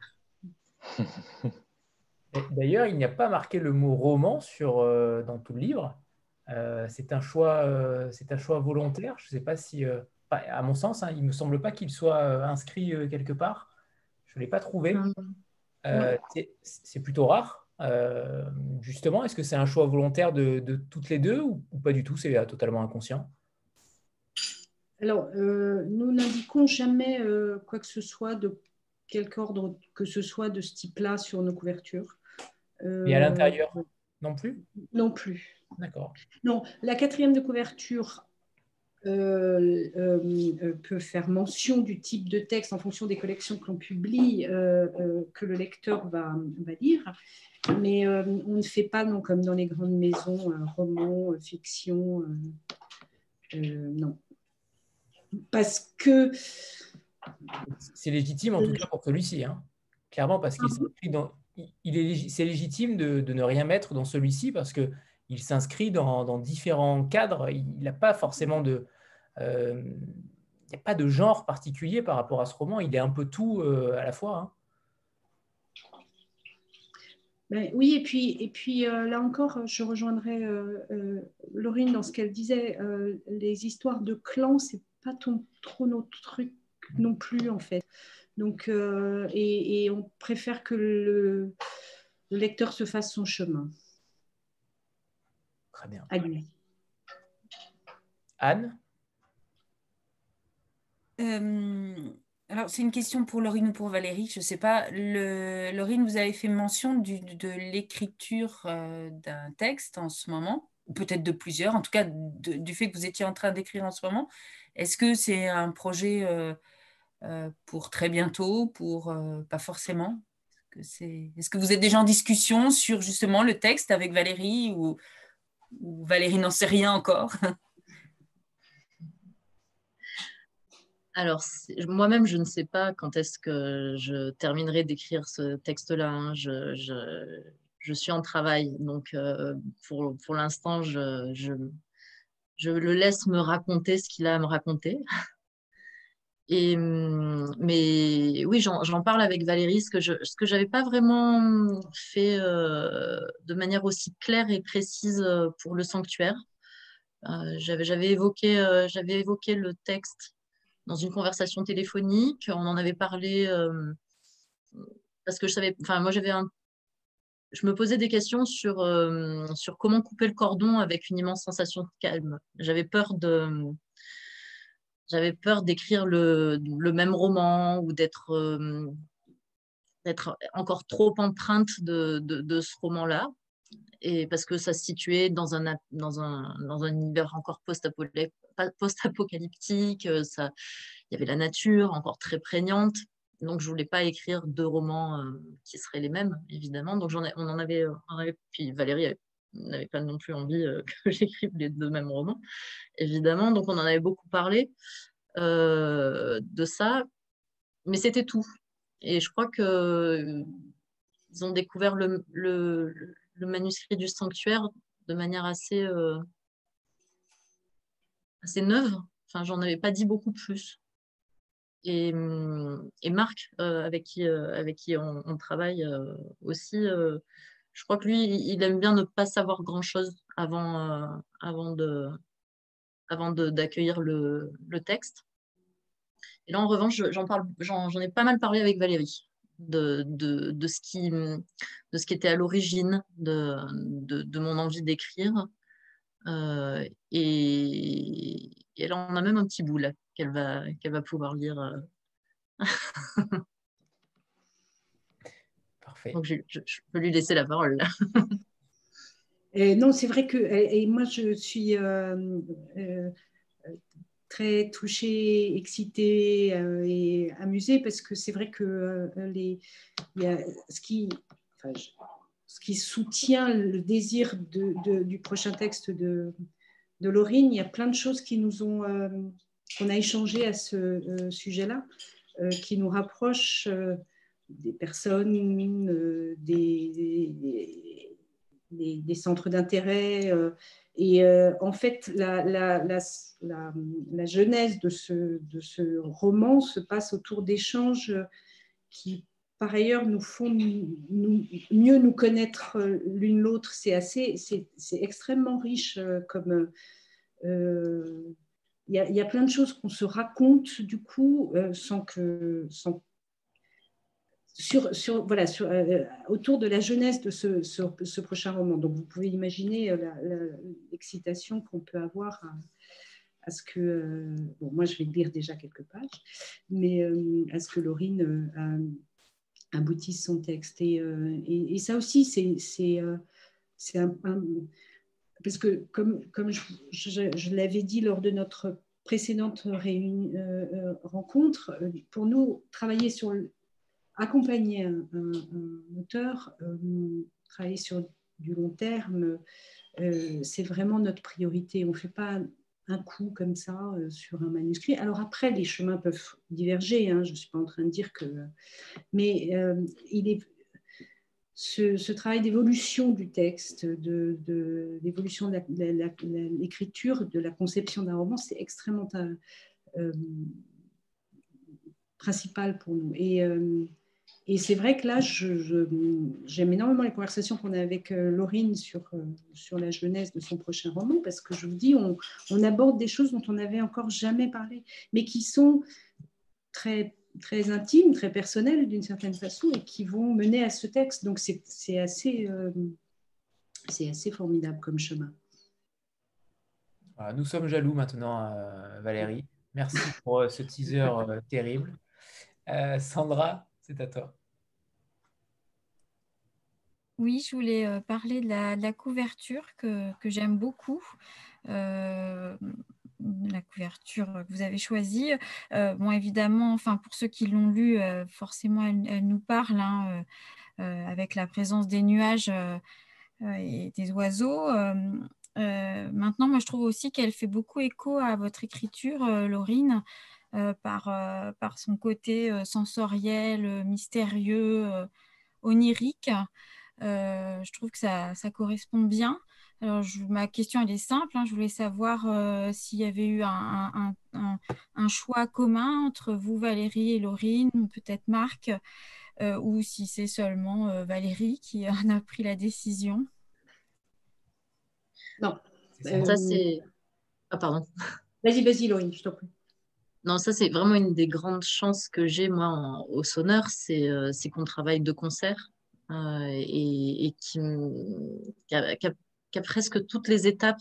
D'ailleurs, il n'y a pas marqué le mot roman dans tout le livre. C'est un choix volontaire. Je ne sais pas si, à mon sens, hein, il ne me semble pas qu'il soit inscrit quelque part. Je ne l'ai pas trouvé. C'est plutôt rare. Justement, est-ce que c'est un choix volontaire de toutes les deux ou pas du tout? C'est totalement inconscient. Alors, nous n'indiquons jamais quoi que ce soit de quelque ordre que ce soit de ce type-là sur nos couvertures. Et à l'intérieur, non plus? Non plus. D'accord. Non, la 4e de couverture peut faire mention du type de texte en fonction des collections que l'on publie, que le lecteur va lire. Mais on ne fait pas, non, comme dans les grandes maisons, romans, fiction, non. Parce que... C'est légitime, en tout cas pour celui-ci, hein. Clairement, parce qu'il s'inscrit dans... C'est légitime de ne rien mettre dans celui-ci parce qu'il s'inscrit dans différents cadres. Il n'a pas forcément de... il n'y a pas de genre particulier par rapport à ce roman. Il est un peu tout à la fois, hein. Ben, oui, et puis là encore, je rejoindrai Laurine dans ce qu'elle disait. Les histoires de clans, c'est pas trop notre truc non plus, en fait. Donc, et on préfère que le lecteur se fasse son chemin. Très bien. À lui. Anne? Alors, c'est une question pour Laurine ou pour Valérie, je ne sais pas. Laurine, vous avez fait mention de l'écriture d'un texte en ce moment, ou peut-être de plusieurs, en tout cas du fait que vous étiez en train d'écrire en ce moment. Est-ce que c'est un projet pour très bientôt, pour pas forcément? Est-ce que vous êtes déjà en discussion sur justement le texte avec Valérie ou Valérie n'en sait rien encore? Alors, moi-même, je ne sais pas quand est-ce que je terminerai d'écrire ce texte-là, hein. Je suis en travail, donc pour l'instant, je le laisse me raconter ce qu'il a à me raconter. Mais oui, j'en parle avec Valérie, ce que je n'avais pas vraiment fait de manière aussi claire et précise pour le sanctuaire. J'avais évoqué le texte dans une conversation téléphonique. On en avait parlé parce que je savais, enfin, moi je me posais des questions sur comment couper le cordon avec une immense sensation de calme. J'avais peur d'écrire le même roman ou d'être encore trop empreinte de ce roman-là. Et parce que ça se situait dans un univers encore post-apocalyptique, il y avait la nature encore très prégnante. Donc, je ne voulais pas écrire 2 romans qui seraient les mêmes, évidemment. Donc, puis Valérie n'avait pas non plus envie que j'écrive les 2 mêmes romans, évidemment. Donc, on en avait beaucoup parlé de ça. Mais c'était tout. Et je crois que ils ont découvert le manuscrit du sanctuaire de manière assez neuve. Enfin, j'en avais pas dit beaucoup plus. Et Marc, avec qui on travaille aussi, je crois que lui, il aime bien ne pas savoir grand-chose avant d'accueillir le texte. Et là, en revanche, j'en ai pas mal parlé avec Valérie de ce qui était à l'origine de mon envie d'écrire. Et là, on a même un petit bout là qu'elle va pouvoir lire. Parfait. Donc, je peux lui laisser la parole. Non, c'est vrai que et moi, je suis très touchée, excitée et amusée parce que c'est vrai que il y a ce qui soutient le désir du prochain texte de Laurine, il y a plein de choses qu'on a échangées à ce sujet-là, qui nous rapprochent des personnes, des centres d'intérêt. Et en fait, la genèse de ce roman se passe autour d'échanges qui, par ailleurs, nous font mieux nous connaître l'une l'autre. C'est extrêmement riche comme... il y a plein de choses qu'on se raconte, du coup, autour de la jeunesse de ce prochain roman. Donc, vous pouvez imaginer l'excitation qu'on peut avoir à ce que... bon, moi, je vais lire déjà quelques pages, mais à ce que Laurine aboutisse son texte. Et ça aussi, c'est parce que, comme je l'avais dit lors de notre précédente rencontre, pour nous, accompagner un auteur, travailler sur du long terme, c'est vraiment notre priorité. On ne fait pas un coup comme ça sur un manuscrit. Alors après, les chemins peuvent diverger, hein, je ne suis pas en train de dire que... Mais ce travail d'évolution du texte, d'évolution de l'écriture, de la conception d'un roman, c'est extrêmement principal pour nous. Et c'est vrai que là, j'aime énormément les conversations qu'on a avec Laurine sur la jeunesse de son prochain roman, parce que je vous dis, on aborde des choses dont on n'avait encore jamais parlé, mais qui sont très, très intimes, très personnelles d'une certaine façon, et qui vont mener à ce texte. Donc c'est assez formidable comme chemin. Voilà, nous sommes jaloux maintenant, Valérie. Merci pour ce teaser terrible. Sandra, c'est à toi. Oui, je voulais parler de la couverture que j'aime beaucoup. La couverture que vous avez choisie. Bon, évidemment, enfin, pour ceux qui l'ont lu, forcément, elle nous parle, hein, avec la présence des nuages et des oiseaux. Maintenant, moi, je trouve aussi qu'elle fait beaucoup écho à votre écriture, Laurine, par son côté sensoriel, mystérieux, onirique. Je trouve que ça correspond bien. Alors, ma question, elle est simple, hein. Je voulais savoir s'il y avait eu un choix commun entre vous, Valérie, et Laurine, peut-être Marc, ou si c'est seulement Valérie qui en a pris la décision. Non. Ça, c'est... Ah, pardon. Vas-y, Laurine, je t'en prie. Non, ça, c'est vraiment une des grandes chances que j'ai, moi, au Sonneur, c'est qu'on travaille de concert et qui a presque toutes les étapes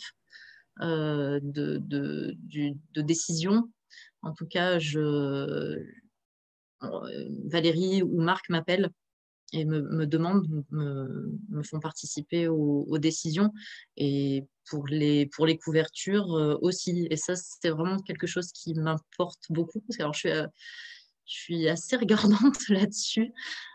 de décision. En tout cas, Valérie ou Marc m'appellent et me demandent, me font participer aux décisions. Et pour les couvertures aussi. Et ça, c'est vraiment quelque chose qui m'importe beaucoup. Parce que alors, je suis assez regardante là-dessus.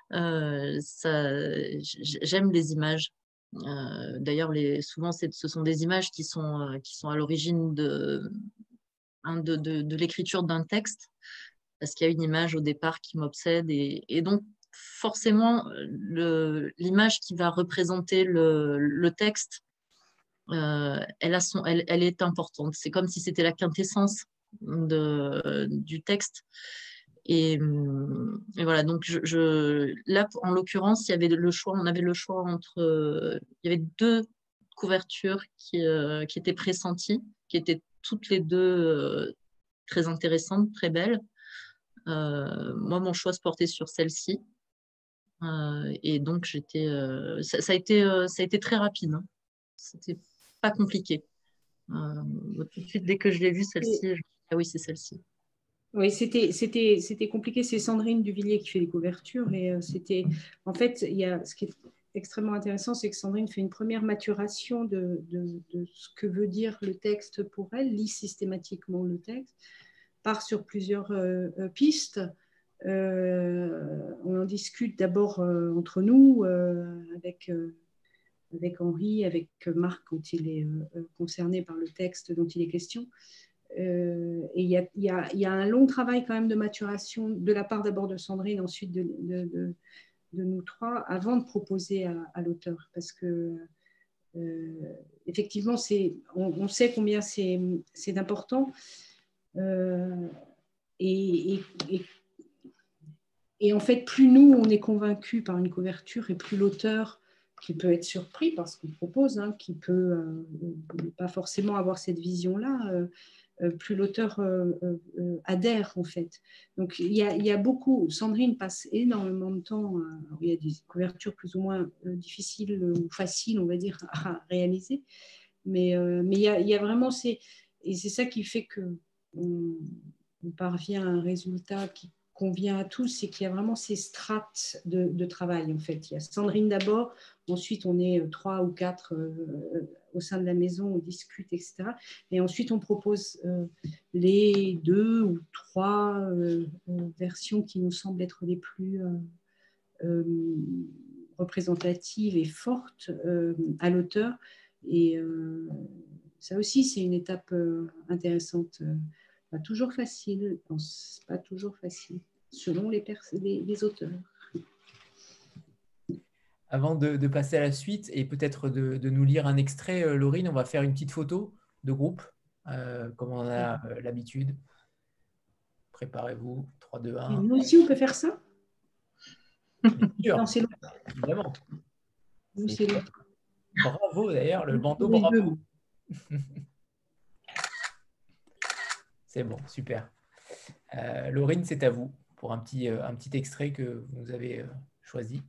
J'aime les images. D'ailleurs, souvent, ce sont des images qui sont à l'origine de l'écriture d'un texte, parce qu'il y a une image au départ qui m'obsède. Et donc, forcément l'image qui va représenter le texte, elle est importante. C'est comme si c'était la quintessence du texte. Et voilà, donc là, en l'occurrence, on avait le choix entre... il y avait 2 couvertures qui étaient pressenties, qui étaient toutes les 2 très intéressantes, très belles. Moi, mon choix se portait sur celle-ci. Et donc, ça a été très rapide. Hein. C'était pas compliqué. Tout de suite, dès que je l'ai vue, celle-ci, ah oui, c'est celle-ci. Oui, c'était compliqué. C'est Sandrine Duvillier qui fait les couvertures. Et en fait, ce qui est extrêmement intéressant, c'est que Sandrine fait une première maturation de ce que veut dire le texte pour elle, lit systématiquement le texte, part sur plusieurs pistes. On en discute d'abord entre nous, avec Henri, avec Marc quand il est concerné par le texte dont il est question. Et il y a un long travail quand même de maturation de la part d'abord de Sandrine, ensuite de nous 3, avant de proposer à l'auteur. Parce que effectivement, on sait combien c'est important. Et en fait, plus nous, on est convaincus par une couverture, et plus l'auteur, qui peut être surpris par ce qu'on propose, hein, qui peut pas forcément avoir cette vision-là, plus l'auteur adhère, en fait. Donc, il y a beaucoup... Sandrine passe énormément de temps... il y a des couvertures plus ou moins difficiles ou faciles, on va dire, à réaliser. Mais il y a vraiment... Et c'est ça qui fait qu'on parvient à un résultat qui convient à tous, c'est qu'il y a vraiment ces strates de travail, en fait. Il y a Sandrine d'abord, ensuite on est 3 ou 4 au sein de la maison, on discute, etc. Et ensuite on propose les 2 ou 3 versions qui nous semblent être les plus représentatives et fortes à l'auteur. Et ça aussi, c'est une étape intéressante. Pas toujours facile, pas toujours facile, selon les auteurs. Avant de passer à la suite et peut-être de nous lire un extrait, Laurine, on va faire une petite photo de groupe, comme on a l'habitude. Préparez-vous, 3, 2, 1. Et nous aussi, on peut faire ça? Bien sûr, non, c'est long. Évidemment. C'est long. Bravo d'ailleurs, le bandeau, bravo. C'est bon, super. Laurine, c'est à vous pour un petit extrait que vous avez choisi.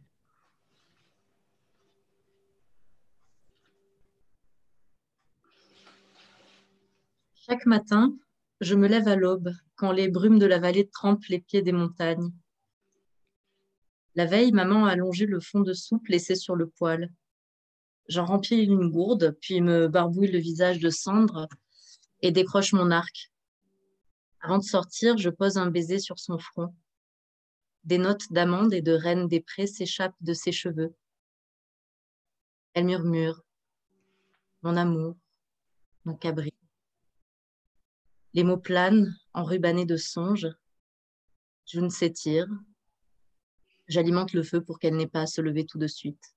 Chaque matin, je me lève à l'aube, quand les brumes de la vallée trempent les pieds des montagnes. La veille, maman a allongé le fond de soupe laissé sur le poêle. J'en remplis une gourde, puis me barbouille le visage de cendre et décroche mon arc. Avant de sortir, je pose un baiser sur son front. Des notes d'amande et de reine des prés s'échappent de ses cheveux. Elle murmure « Mon amour, mon cabri ». Les mots planent, enrubannés de songes. Je ne s'étire. J'alimente le feu pour qu'elle n'ait pas à se lever tout de suite.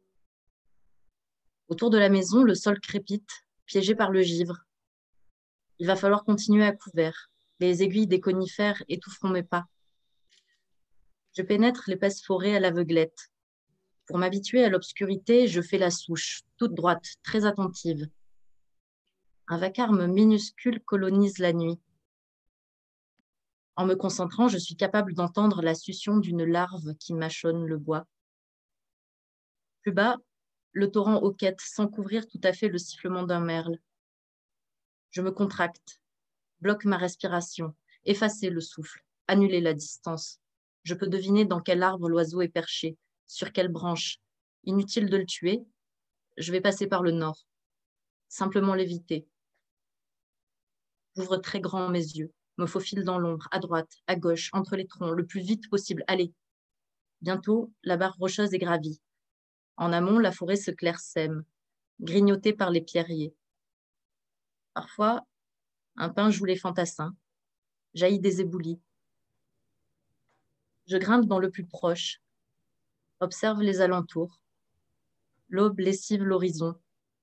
Autour de la maison, le sol crépite, piégé par le givre. Il va falloir continuer à couvert. Les aiguilles des conifères étoufferont mes pas. Je pénètre l'épaisse forêt à l'aveuglette. Pour m'habituer à l'obscurité, je fais la souche, toute droite, très attentive. Un vacarme minuscule colonise la nuit. En me concentrant, je suis capable d'entendre la succion d'une larve qui mâchonne le bois. Plus bas, le torrent hoquette sans couvrir tout à fait le sifflement d'un merle. Je me contracte, bloque ma respiration, effacer le souffle, annuler la distance. Je peux deviner dans quel arbre l'oiseau est perché, sur quelle branche. Inutile de le tuer, je vais passer par le nord. Simplement l'éviter. J'ouvre très grand mes yeux, me faufile dans l'ombre, à droite, à gauche, entre les troncs, le plus vite possible. Allez. Bientôt, la barre rocheuse est gravie. En amont, la forêt se clairsème, grignotée par les pierriers. Parfois, un pin joue les fantassins, jaillit des éboulis. Je grimpe dans le plus proche, observe les alentours. L'aube lessive l'horizon.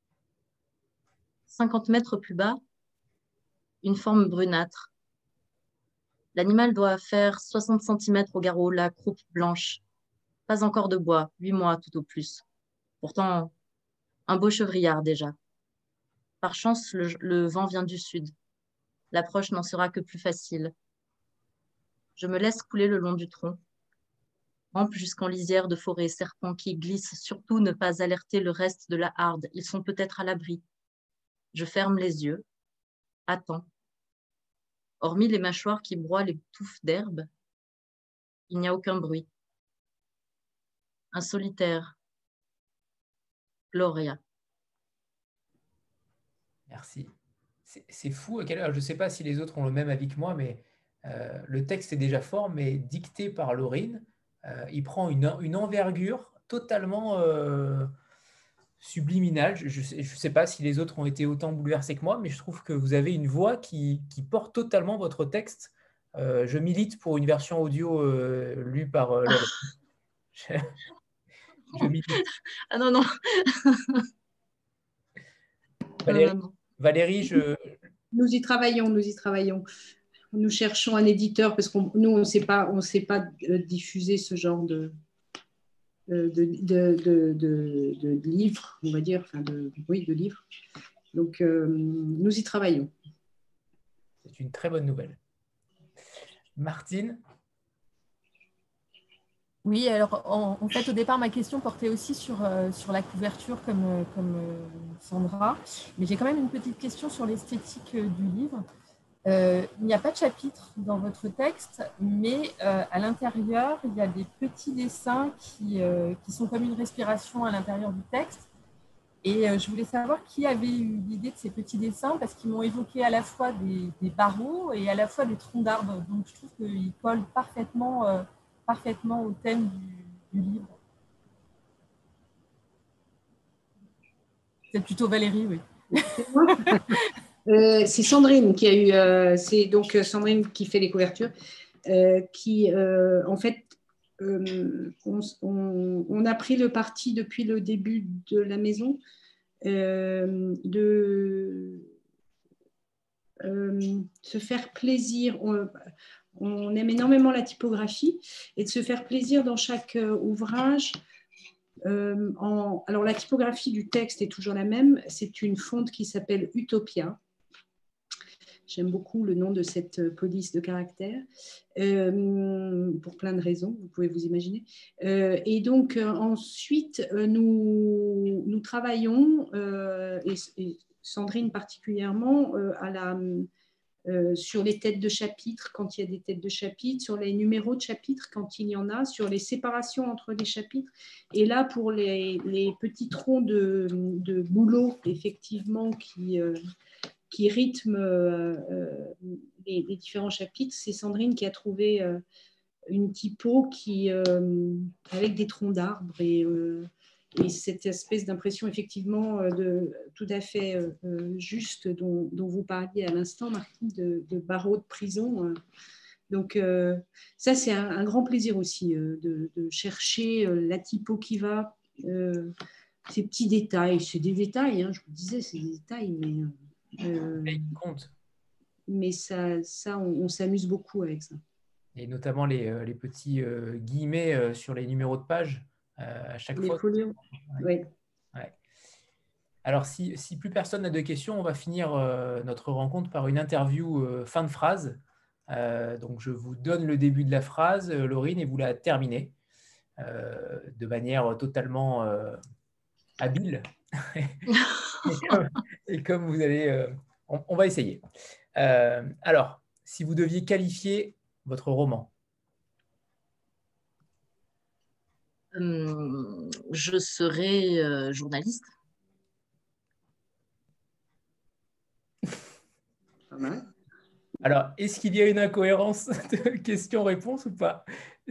50 mètres plus bas, une forme brunâtre. L'animal doit faire 60 cm au garrot, la croupe blanche. Pas encore de bois, 8 mois tout au plus. Pourtant, un beau chevrillard déjà. Par chance, le vent vient du sud. L'approche n'en sera que plus facile. Je me laisse couler le long du tronc. Rampe jusqu'en lisière de forêt, serpents qui glissent, surtout ne pas alerter le reste de la harde. Ils sont peut-être à l'abri. Je ferme les yeux, attends. Hormis les mâchoires qui broient les touffes d'herbe, il n'y a aucun bruit. Un solitaire. Gloria. Merci. C'est fou. Je ne sais pas si les autres ont le même avis que moi, mais le texte est déjà fort, mais dicté par Laurine, il prend une envergure totalement subliminale. Je ne sais pas si les autres ont été autant bouleversés que moi, mais je trouve que vous avez une voix qui porte totalement votre texte. Je milite pour une version audio lue par Laurine. Je milite. Ah non, non. Valérie, Nous y travaillons, nous y travaillons. Nous cherchons un éditeur parce que nous, on ne sait pas diffuser ce genre de livres, on va dire, enfin de livres. Donc, nous y travaillons. C'est une très bonne nouvelle. Martine? Oui, alors en fait, au départ, ma question portait aussi sur la couverture comme Sandra, mais j'ai quand même une petite question sur l'esthétique du livre. Il n'y a pas de chapitre dans votre texte, mais à l'intérieur, il y a des petits dessins qui sont comme une respiration à l'intérieur du texte. Et je voulais savoir qui avait eu l'idée de ces petits dessins, parce qu'ils m'ont évoqué à la fois des barreaux et à la fois des troncs d'arbres. Donc, je trouve qu'ils collent parfaitement au thème du livre. C'est plutôt Valérie, oui. C'est Sandrine qui a eu, c'est donc Sandrine qui fait les couvertures, qui en fait, on a pris le parti depuis le début de la maison de se faire plaisir. On aime énormément la typographie et de se faire plaisir dans chaque ouvrage. Alors, la typographie du texte est toujours la même. C'est une fonte qui s'appelle Utopia. J'aime beaucoup le nom de cette police de caractère, pour plein de raisons, vous pouvez vous imaginer. Et donc, ensuite, nous travaillons, et Sandrine particulièrement, sur les têtes de chapitres, quand il y a des têtes de chapitres, sur les numéros de chapitres, quand il y en a, sur les séparations entre les chapitres. Et là, pour les petits troncs de boulot, effectivement, qui rythment les différents chapitres, c'est Sandrine qui a trouvé une typo avec des troncs d'arbres et cette espèce d'impression effectivement tout à fait juste dont vous parliez à l'instant, Martine, de barreaux de prison. Donc ça, c'est un grand plaisir aussi de chercher la typo qui va, ces petits détails. C'est des détails, hein, je vous disais, c'est des détails, mais ça on s'amuse beaucoup avec ça. Et notamment les petits guillemets sur les numéros de page à chaque fois. Folios. Ouais. Ouais. Alors, si plus personne n'a de questions, on va finir notre rencontre par une interview fin de phrase. Donc, je vous donne le début de la phrase, Laurine, et vous la terminez de manière totalement habile. et comme vous allez... on va essayer. Alors, si vous deviez qualifier votre roman. Je serai journaliste. Pas mal. Alors, est-ce qu'il y a une incohérence de question-réponse ou pas?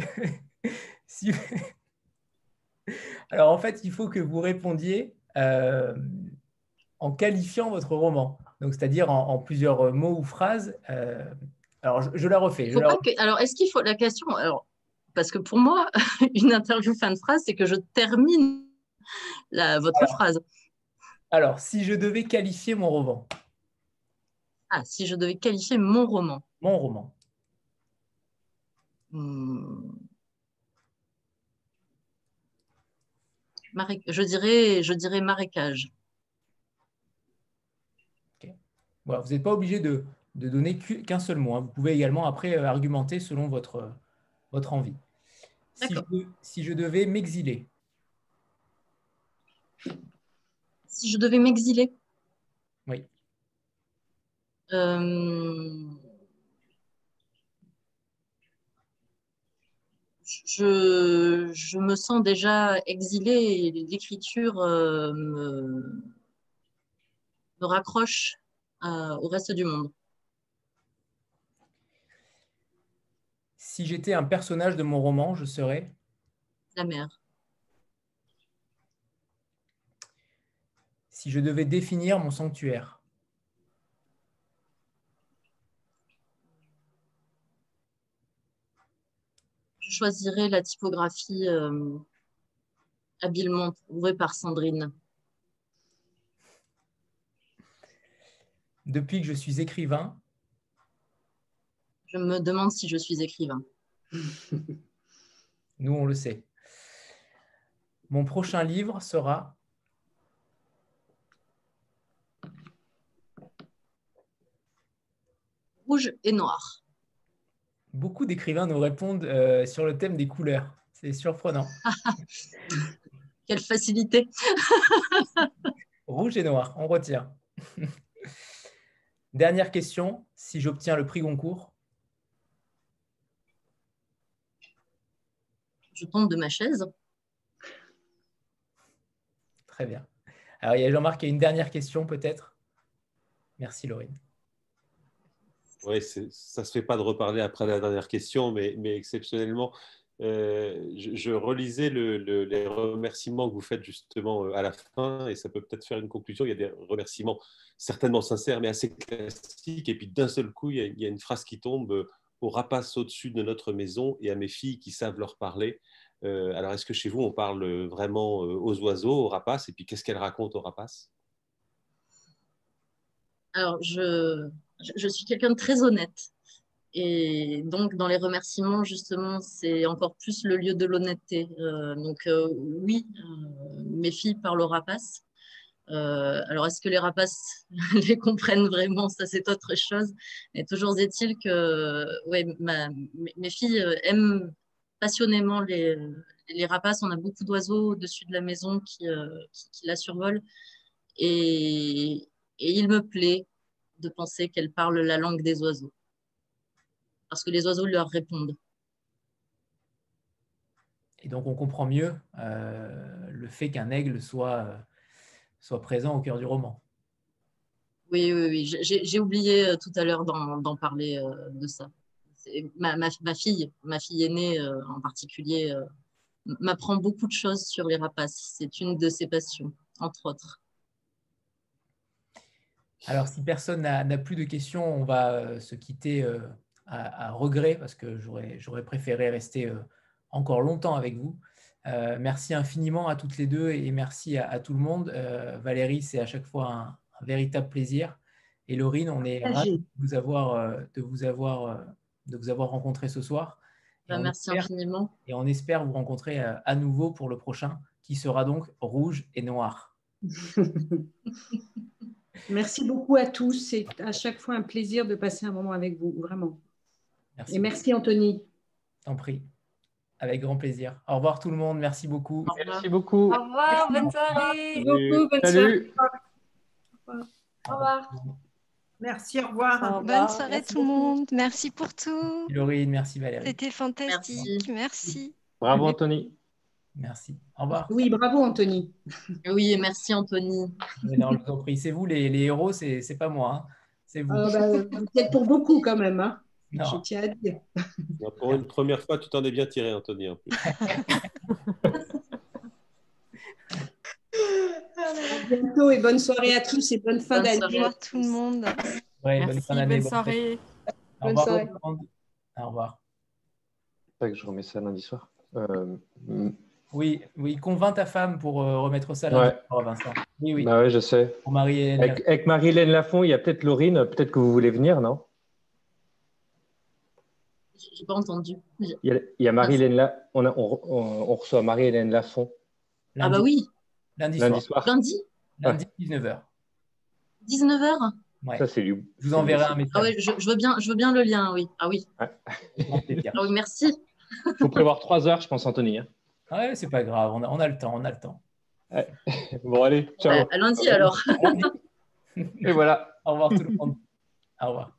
Alors, en fait, il faut que vous répondiez en qualifiant votre roman. Donc, c'est-à-dire en plusieurs mots ou phrases. Alors, je la refais. Alors, est-ce qu'il faut la question? Alors, Parce que pour moi, une interview fin de phrase, c'est que je termine votre phrase. Alors, si je devais qualifier mon roman. Ah, si je devais qualifier mon roman. Mon roman. Je dirais marécage. Okay. Voilà, vous n'êtes pas obligé de donner qu'un seul mot. Hein. Vous pouvez également après argumenter selon votre envie. Si je devais m'exiler. Si je devais m'exiler. Oui. Je me sens déjà exilée et l'écriture me raccroche au reste du monde. Si j'étais un personnage de mon roman, je serais la mer. Si je devais définir mon sanctuaire. Je choisirais la typographie habilement trouvée par Sandrine. Depuis que je suis écrivain. Je me demande si je suis écrivain. Nous, on le sait. Mon prochain livre sera Rouge et noir. Beaucoup d'écrivains nous répondent sur le thème des couleurs. C'est surprenant. Quelle facilité. Rouge et noir, on retient. Dernière question, si j'obtiens le prix Goncourt. Je tombe de ma chaise. Très bien. Alors, il y a Jean-Marc qui a une dernière question peut-être. Merci Laurine. Oui, ça ne se fait pas de reparler après la dernière question, mais exceptionnellement, je relisais les remerciements que vous faites justement à la fin, et ça peut peut-être faire une conclusion. Il y a des remerciements certainement sincères, mais assez classiques, et puis d'un seul coup, il y a une phrase qui tombe aux rapaces au-dessus de notre maison et à mes filles qui savent leur parler. Alors, est-ce que chez vous, on parle vraiment aux oiseaux, aux rapaces, et puis qu'est-ce qu'elles racontent aux rapaces? Alors, je suis quelqu'un de très honnête. Et donc, dans les remerciements, justement, c'est encore plus le lieu de l'honnêteté. Oui, mes filles parlent aux rapaces. Alors, est-ce que les rapaces les comprennent vraiment? Ça, c'est autre chose. Mais toujours est-il que ouais, mes filles aiment passionnément les rapaces. On a beaucoup d'oiseaux au-dessus de la maison qui la survolent. Et il me plaît de penser qu'elles parlent la langue des oiseaux. Parce que les oiseaux leur répondent. Et donc, on comprend mieux le fait qu'un aigle soit présent au cœur du roman. Oui. J'ai oublié tout à l'heure d'en parler de ça. Ma fille aînée en particulier, m'apprend beaucoup de choses sur les rapaces. C'est une de ses passions, entre autres. Alors, si personne n'a plus de questions, on va se quitter à regret, parce que j'aurais préféré rester encore longtemps avec vous. Merci infiniment à toutes les deux et merci à tout le monde. Valérie, c'est à chaque fois un véritable plaisir. Et Laurine, on est ravis de vous avoir rencontré ce soir. Merci infiniment. Et on espère vous rencontrer à nouveau pour le prochain, qui sera donc rouge et noir. Merci beaucoup à tous. C'est à chaque fois un plaisir de passer un moment avec vous, vraiment. Merci. Et merci Anthony. T'en prie. Avec grand plaisir. Au revoir tout le monde. Merci beaucoup. Merci beaucoup. Au revoir, bonne soirée. Merci beaucoup, bonne Salut. soirée. Au revoir. Merci, au revoir. Bonne soirée tout le monde. Merci pour tout. Merci Laurine, merci Valérie. C'était fantastique. Merci. Bravo Anthony. Merci. Au revoir. Oui, bravo Anthony. Oui, merci Anthony. Non, je vous en prie. C'est vous les héros, c'est pas moi. Hein. C'est vous. Vous êtes pour beaucoup quand même. Hein. Non. Je tiens à dire. Pour une première fois, tu t'en es bien tiré, Anthony. En plus. À bientôt et bonne soirée à tous et bonne fin d'année. Au revoir tout le monde. Ouais, Merci, bonne fin d'année. bonne soirée. Au revoir. Bonne soirée. Au revoir. pas que je remets ça lundi soir. Oui, convainc ta femme pour remettre ça lundi soir, Vincent. Oui. Bah ouais, je sais. Pour Marie-Hélène. Avec Marie-Hélène Lafont, il y a peut-être Laurine, peut-être que vous voulez venir, non? J'ai pas entendu. Il y a Marie-Hélène on reçoit Marie-Hélène Lafont. Ah bah oui. Lundi soir. Lundi 19h. 19h. Ouais. Ça, c'est du. Je vous enverrai un message. Ah ouais, je veux bien le lien, oui. Ah oui. Ouais. Ah oui, merci. Il faut prévoir 3 heures, je pense, Anthony. Ah ouais, c'est pas grave, on a le temps, Ouais. Bon, allez, ciao. À lundi alors. Et voilà. Au revoir tout le monde. Au revoir.